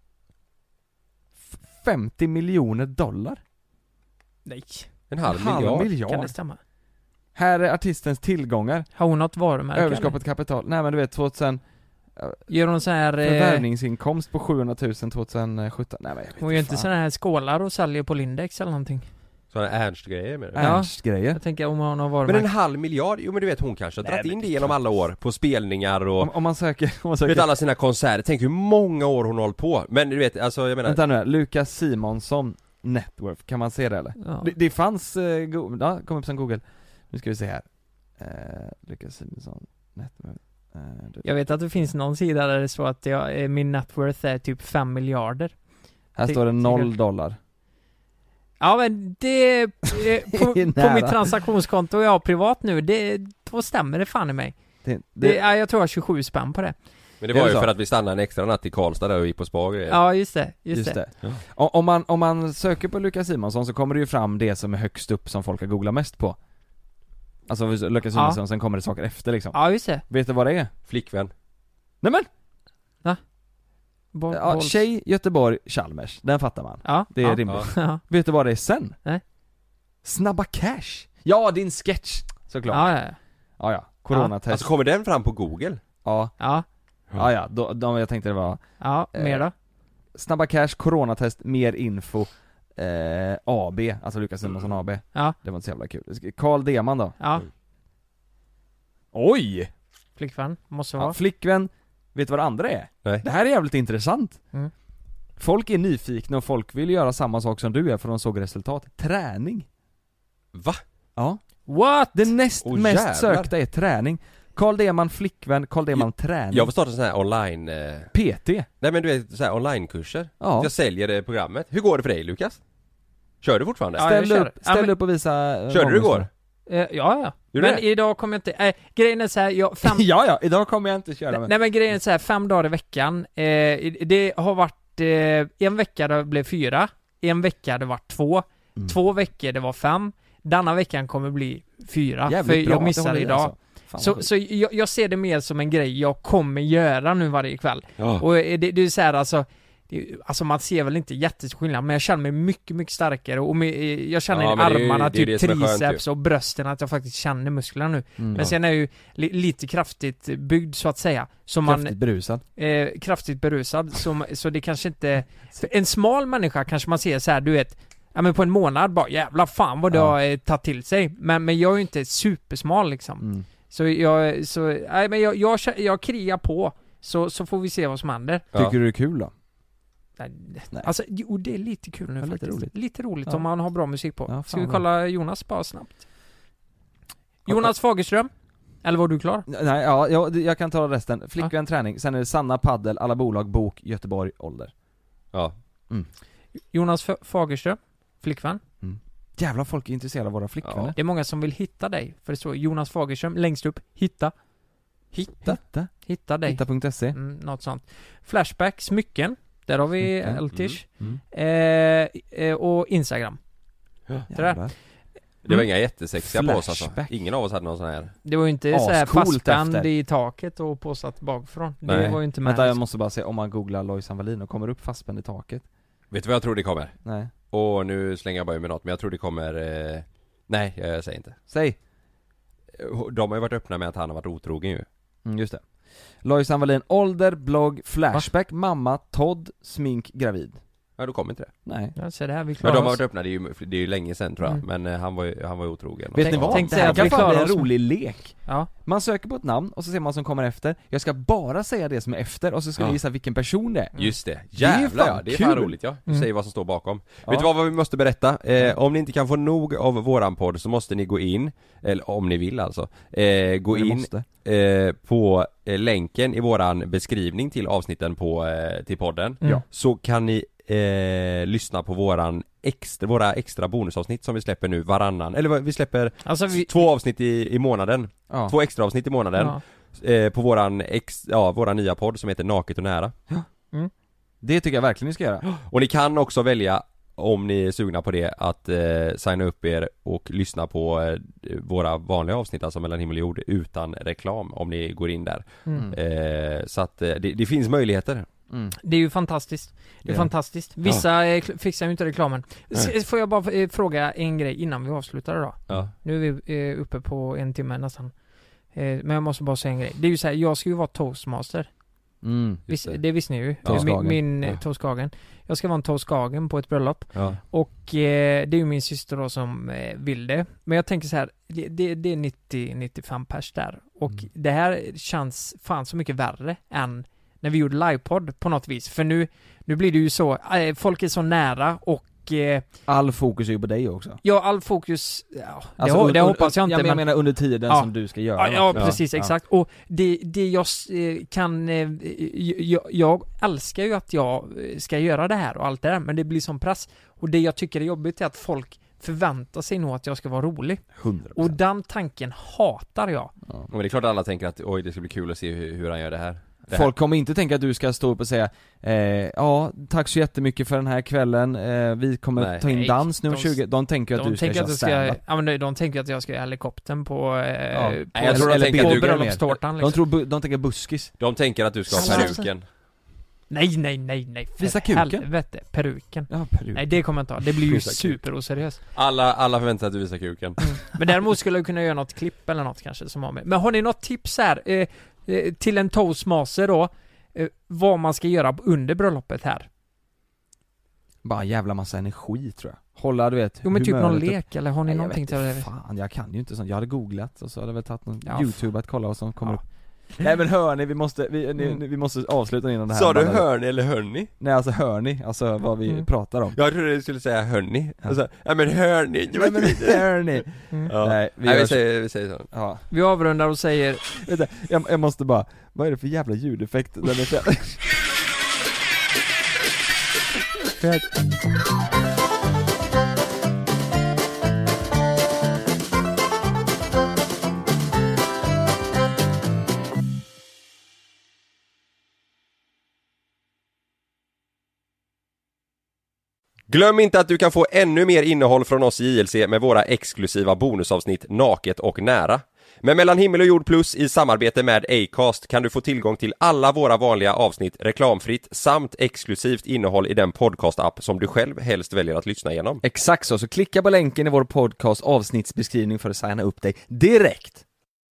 femtio miljoner dollar. Nej. En halv, En halv miljard. miljard. Kan det stämma? Här är artistens tillgångar. Har hon något varumärke? Överskapet kapital. Nej men du vet, tvåtusen... eller? Gör hon så här... Eh, Förvärvningsinkomst på sjuhundratusen tjugosjutton. Nej men jag vet hon gör inte inte fan. såna här skålar och säljer på Lindex eller någonting. Sådana Ernst-grejer med det. Ja. Ernst-grejer. Jag tänker om hon har Men varumärke. en halv miljard, jo men du vet hon kanske har Nej, dragit men in det det genom kan- alla år på spelningar och Om, om man söker... Om man du söker vet alla sina konserter, tänk hur många år hon har hållit på. Men du vet, alltså jag menar Vänta nu, Lukas Simonsson Networth, kan man se det eller? Ja. Det, det fanns, eh, go- ja, kom upp som Google. Nu ska vi se här. Eh, Lukas Simonsson Networth. Eh, du- Jag vet att det finns någon sida där det står att jag, eh, min net worth är typ fem miljarder. här ty- står det tycker noll du? dollar. Ja men det... Eh, på, Det är på nära. mitt transaktionskonto jag har privat nu, det, då stämmer det fan i mig. Det, Det, det, ja, jag tror jag har tjugosju spänn på det. Men det Är var det ju så? för att vi stannade en extra natt i Karlstad där och gick på spa och grejer. Ja just det, just, just det. det. O- Om man, om man söker på Lukas Simonsson så kommer det ju fram det som är högst upp som folk har googlat mest på. Alltså Lukas Ja. Simonsson, sen kommer det saker efter liksom. Ja just det. Vet du vad det är? Flickvän. Nej men! Bo- Ja, bolls- tjej, Göteborg, Chalmers. Den fattar man. Ja. Det är ja. rimligt. Ja. Vet du vad det är sen? Nej. Snabba cash. Ja, din sketch. Såklart. Ja, ja, ja. Ja, ja. Coronatest. Alltså kommer den fram på Google? Ja. Ja, Ja, ja. Då, då, jag tänkte det var ja. Eh, mer då? Snabba cash, coronatest, mer info. Eh, A B, alltså Lukas Simonsson A B. Ja. Det var inte så jävla kul. Carl Deman då? Ja. Oj! Flickvän, måste Ja, vara. flickvän, vet du vad det andra är? Nej. Det här är jävligt intressant. Mm. Folk är nyfikna och folk vill göra samma sak som du är för de såg resultat. Träning. Va? Ja. What? Det näst Oh, mest jävlar. sökta är träning. Carl Deman flickvän, Carl Deman träning. Jag vill starta sån här online eh... P T. Nej men du vet, så här onlinekurser. Ja. Jag säljer det programmet. Hur går det för dig, Lukas? Kör du fortfarande? Ja, Ställ jag kör. upp, ställ Ja, men- upp och visa. eh, Körde du vad igår? Eh, ja, ja. Gjorde Men det? idag kommer jag inte... Eh, grejen är så här, jag... Fem, Ja, ja, idag kommer jag inte köra med. nej men grejen är så här, fem dagar i veckan. Eh, det har varit... Eh, en vecka det blev fyra. En vecka det var två. Mm. Två veckor det var fem. Denna veckan kommer bli fyra. Jävligt för bra, jag det missade håller i, idag. alltså. Fan, Så, vad sjukt. så jag, jag ser det mer som en grej jag kommer göra nu varje kväll. Ja. Och eh, det, det är så här, alltså, det, alltså man ser väl inte jättestor skillnad, men jag känner mig mycket, mycket starkare och med, eh, jag känner Ja, i men det är ju- armarna, det är typ det som är skönt triceps ju. och brösten, att jag faktiskt känner musklerna nu. Mm. Men sen är jag ju li, lite kraftigt byggd så att säga. Så man, Kraftigt berusad. eh, kraftigt berusad, så, så det kanske inte... För en smal människa kanske man ser så här, du vet, ja men på en månad bara, jävla fan vad det Ja. har eh, tagit till sig. Men, men jag är ju inte supersmal liksom. Mm. Så jag, så, nej men jag, jag, jag krigar på, så, så får vi se vad som händer. Ja. Tycker du det är kul då? Nej, Nej. Alltså, jo det är lite kul nu Ja, lite faktiskt. roligt. Lite roligt Ja. om man har bra musik på. Ja, fan Ska vi vad kolla Jonas bara snabbt? Jonas Fagerström? Eller var du klar? Nej, ja, jag, jag kan ta resten. Flickvän träning, sen är det Sanna paddel, alla bolag, bok, Göteborg, ålder. Ja. Jonas F- Fagerström? Flickvän? Jävla folk är intresserade av våra flickvänner. Det är många som vill hitta dig. För det står Jonas Fagerström längst upp. Hitta. Hitta? Hitta, Hitta dig. Hitta punkt se. Mm, något sånt. Flashback, smycken. Där har vi Smycken. Eltish. Mm. Eh, eh, och Instagram. Så där. Jävlar. Det var inga jättesexiga på oss alltså. Flashback. Ingen av oss hade någon sån här. Det var ju inte så här Ascoolt fastspänd efter. i taket och påsatt bakifrån. Det Nej. var ju inte med. Vänta, jag måste bara se om man googlar Lojsan Wallin och kommer upp fastspänd i taket. Vet du vad jag tror det kommer? Nej. Och nu slänger jag bara ur med något, men jag tror det kommer eh... Nej, jag säger inte. Säg. De har ju varit öppna med att han har varit otrogen ju. Mm, just det. Lojsan Wallin, ålder, blogg, flashback, mamma, Todd, smink, gravid. Ja, då kommer inte det. Nej. Ja, så det här vi Men klarar de har oss. varit öppna, det är ju, det är ju länge sedan tror jag. Mm. Men eh, han var ju, han var ju otrogen. Vet Tänk- ni vad? tänk Det sig här att kan vi fan bli klarar en oss med- rolig lek. Ja. Man söker på ett namn och så ser man som kommer efter. Jag ska bara säga det som är efter och så ska Ja. ni gissa vilken person det är. Just det, Det är ju jävlar fan ja, det är kul. fan roligt ja. Du Mm. säger vad som står bakom. Ja. Vet du vad, vad vi måste berätta? Eh, om ni inte kan få nog av våran podd så måste ni gå in, eller om ni vill alltså, eh, gå Ni in måste. eh, på eh, länken i våran beskrivning till avsnitten på, eh, till podden. Mm. Ja. Så kan ni eh, lyssna på våran extra, våra extra bonusavsnitt som vi släpper nu varannan, eller vad- vi släpper Alltså vi... två avsnitt i, i månaden. Ja. Två extra avsnitt i månaden. Ja. Eh, på våran, ex, ja, våran nya podd som heter Naket och nära. Det tycker jag verkligen ni ska göra. Och ni kan också välja, om ni är sugna på det, att eh, signa upp er och lyssna på eh, våra vanliga avsnitt, alltså Mellan himmel och jord, utan reklam, om ni går in där. Mm. Eh, så att eh, det, det finns möjligheter. Mm. Det är ju fantastiskt. Det är Ja. fantastiskt. Vissa eh, kl- fixar ju inte reklamen. S- Får jag bara eh, fråga en grej innan vi avslutar då? Ja. Nu är vi eh, uppe på en timme nästan. Eh, men jag måste bara säga en grej. Det är ju så här, jag ska ju vara toastmaster. Mm. Vis, det. det visste ni ju. Toastskagen. Min, min Ja. ja. toastskagen. Jag ska vara en toastskagen på ett bröllop. Ja. Och eh, det är ju min syster då som eh, vill det. Men jag tänker så här, det, det, det är nittio till nittiofem pers där. Och Mm. det här känns fan så mycket värre än när vi gjorde livepodd på något vis. För nu, nu blir det ju så, eh, folk är så nära och eh, All fokus är ju på dig också. ja, all fokus, ja, det, Alltså, ho- un- det un- hoppas jag inte. Ja, men jag men, menar under tiden Ja. som du ska göra ja, något. ja, Ja. precis, Ja. exakt. Och det, det jag eh, kan, eh, jag, jag älskar ju att jag eh, ska göra det här och allt det där, men det blir som press. Och det jag tycker är jobbigt är att folk förväntar sig nog att jag ska vara rolig. hundra Och procent. den tanken hatar jag. Men det är klart att alla tänker att oj, det ska bli kul att se hur, hur han gör det här. Det här. Folk kommer inte tänka att du ska stå upp och säga eh, ja, tack så jättemycket för den här kvällen, eh, vi kommer Nej. ta in Nej, dans nu om de- tjugo, de tänker att De du ska tänker köra att jag ska, stand-up. ja, men de, de tänker att jag ska i helikoptern på, eh, Ja. på, Nej, jag tror de eller tänker att på du kan mer. bröllopstårtan De liksom. tror, bu- de tänker buskis. De tänker att du ska ha Alltså. peruken. Nej, nej, nej, nej. För Visa kuken. helvete, peruken. Ja, peruk. Nej, det kommer jag inte ha. Det blir ju Visa kuk. superoseriöst. Alla, alla förväntar sig att du visar kuken. Men däremot skulle jag kunna göra något klipp eller något kanske som har med. Men har ni något tips här eh, eh, till en toastmaster då? Eh, vad man ska göra under bröllopet här? Bara en jävla massa energi tror jag. Hålla, du vet, Jo men typ någon humöret upp. lek eller har ni Nej, jag någonting vet till inte det? fan, jag kan ju inte sånt. Jag hade googlat och så hade jag väl tagit någon Ja, YouTube att kolla vad som kommer Ja. upp. Nej men hörni, vi måste vi, ni, vi måste avsluta innan det här. Sa du hörni eller hörni? Nej alltså hörni, alltså vad vi Mm. pratar om. Jag trodde du skulle säga hörni. Alltså, ja men hörni. Nej men hörni. Mm. Ja. Nej, vi, Nej, gör vi, så- säger, vi säger så. Ja. Vi avrundar och säger... Vänta, jag, jag måste bara, vad är det för jävla ljudeffekt? Den är fett. Fett. Glöm inte att du kan få ännu mer innehåll från oss i J L C med våra exklusiva bonusavsnitt Naket och nära. Men Mellan himmel och jord plus i samarbete med Acast kan du få tillgång till alla våra vanliga avsnitt reklamfritt samt exklusivt innehåll i den podcast-app som du själv helst väljer att lyssna igenom. Exakt så, så klicka på länken i vår podcast avsnittsbeskrivning för att signa upp dig direkt.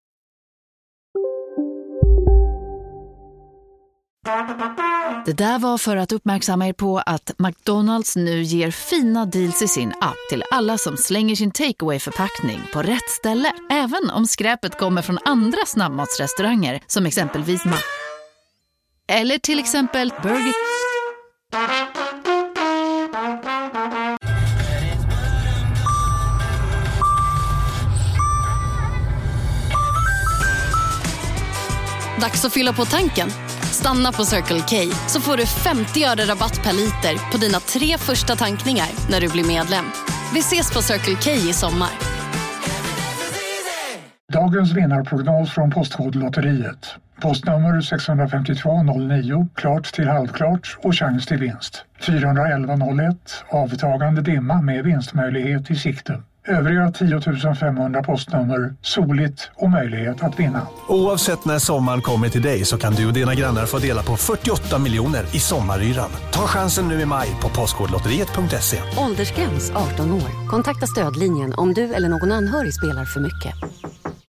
Det där var för att uppmärksamma er på att McDonalds nu ger fina deals i sin app till alla som slänger sin takeaway-förpackning på rätt ställe. Även om skräpet kommer från andra snabbmatsrestauranger som exempelvis Ma... Eller till exempel Burger... Dags att fylla på tanken. Stanna på Circle K så får du femtio öre rabatt per liter på dina tre första tankningar när du blir medlem. Vi ses på Circle K i sommar. Dagens vinnarprognos från Postkodlotteriet. Postnummer sex fem två noll nio, klart till halvklart och chans till vinst. fyra ett ett noll ett, avtagande dimma med vinstmöjlighet i sikte. Övriga tio tusen femhundra postnummer, soligt och möjlighet att vinna. Oavsett när sommaren kommer till dig så kan du och dina grannar få dela på fyrtioåtta miljoner i sommaryran. Ta chansen nu i maj på postkodlotteriet punkt se. Åldersgräns arton år. Kontakta stödlinjen om du eller någon anhörig spelar för mycket.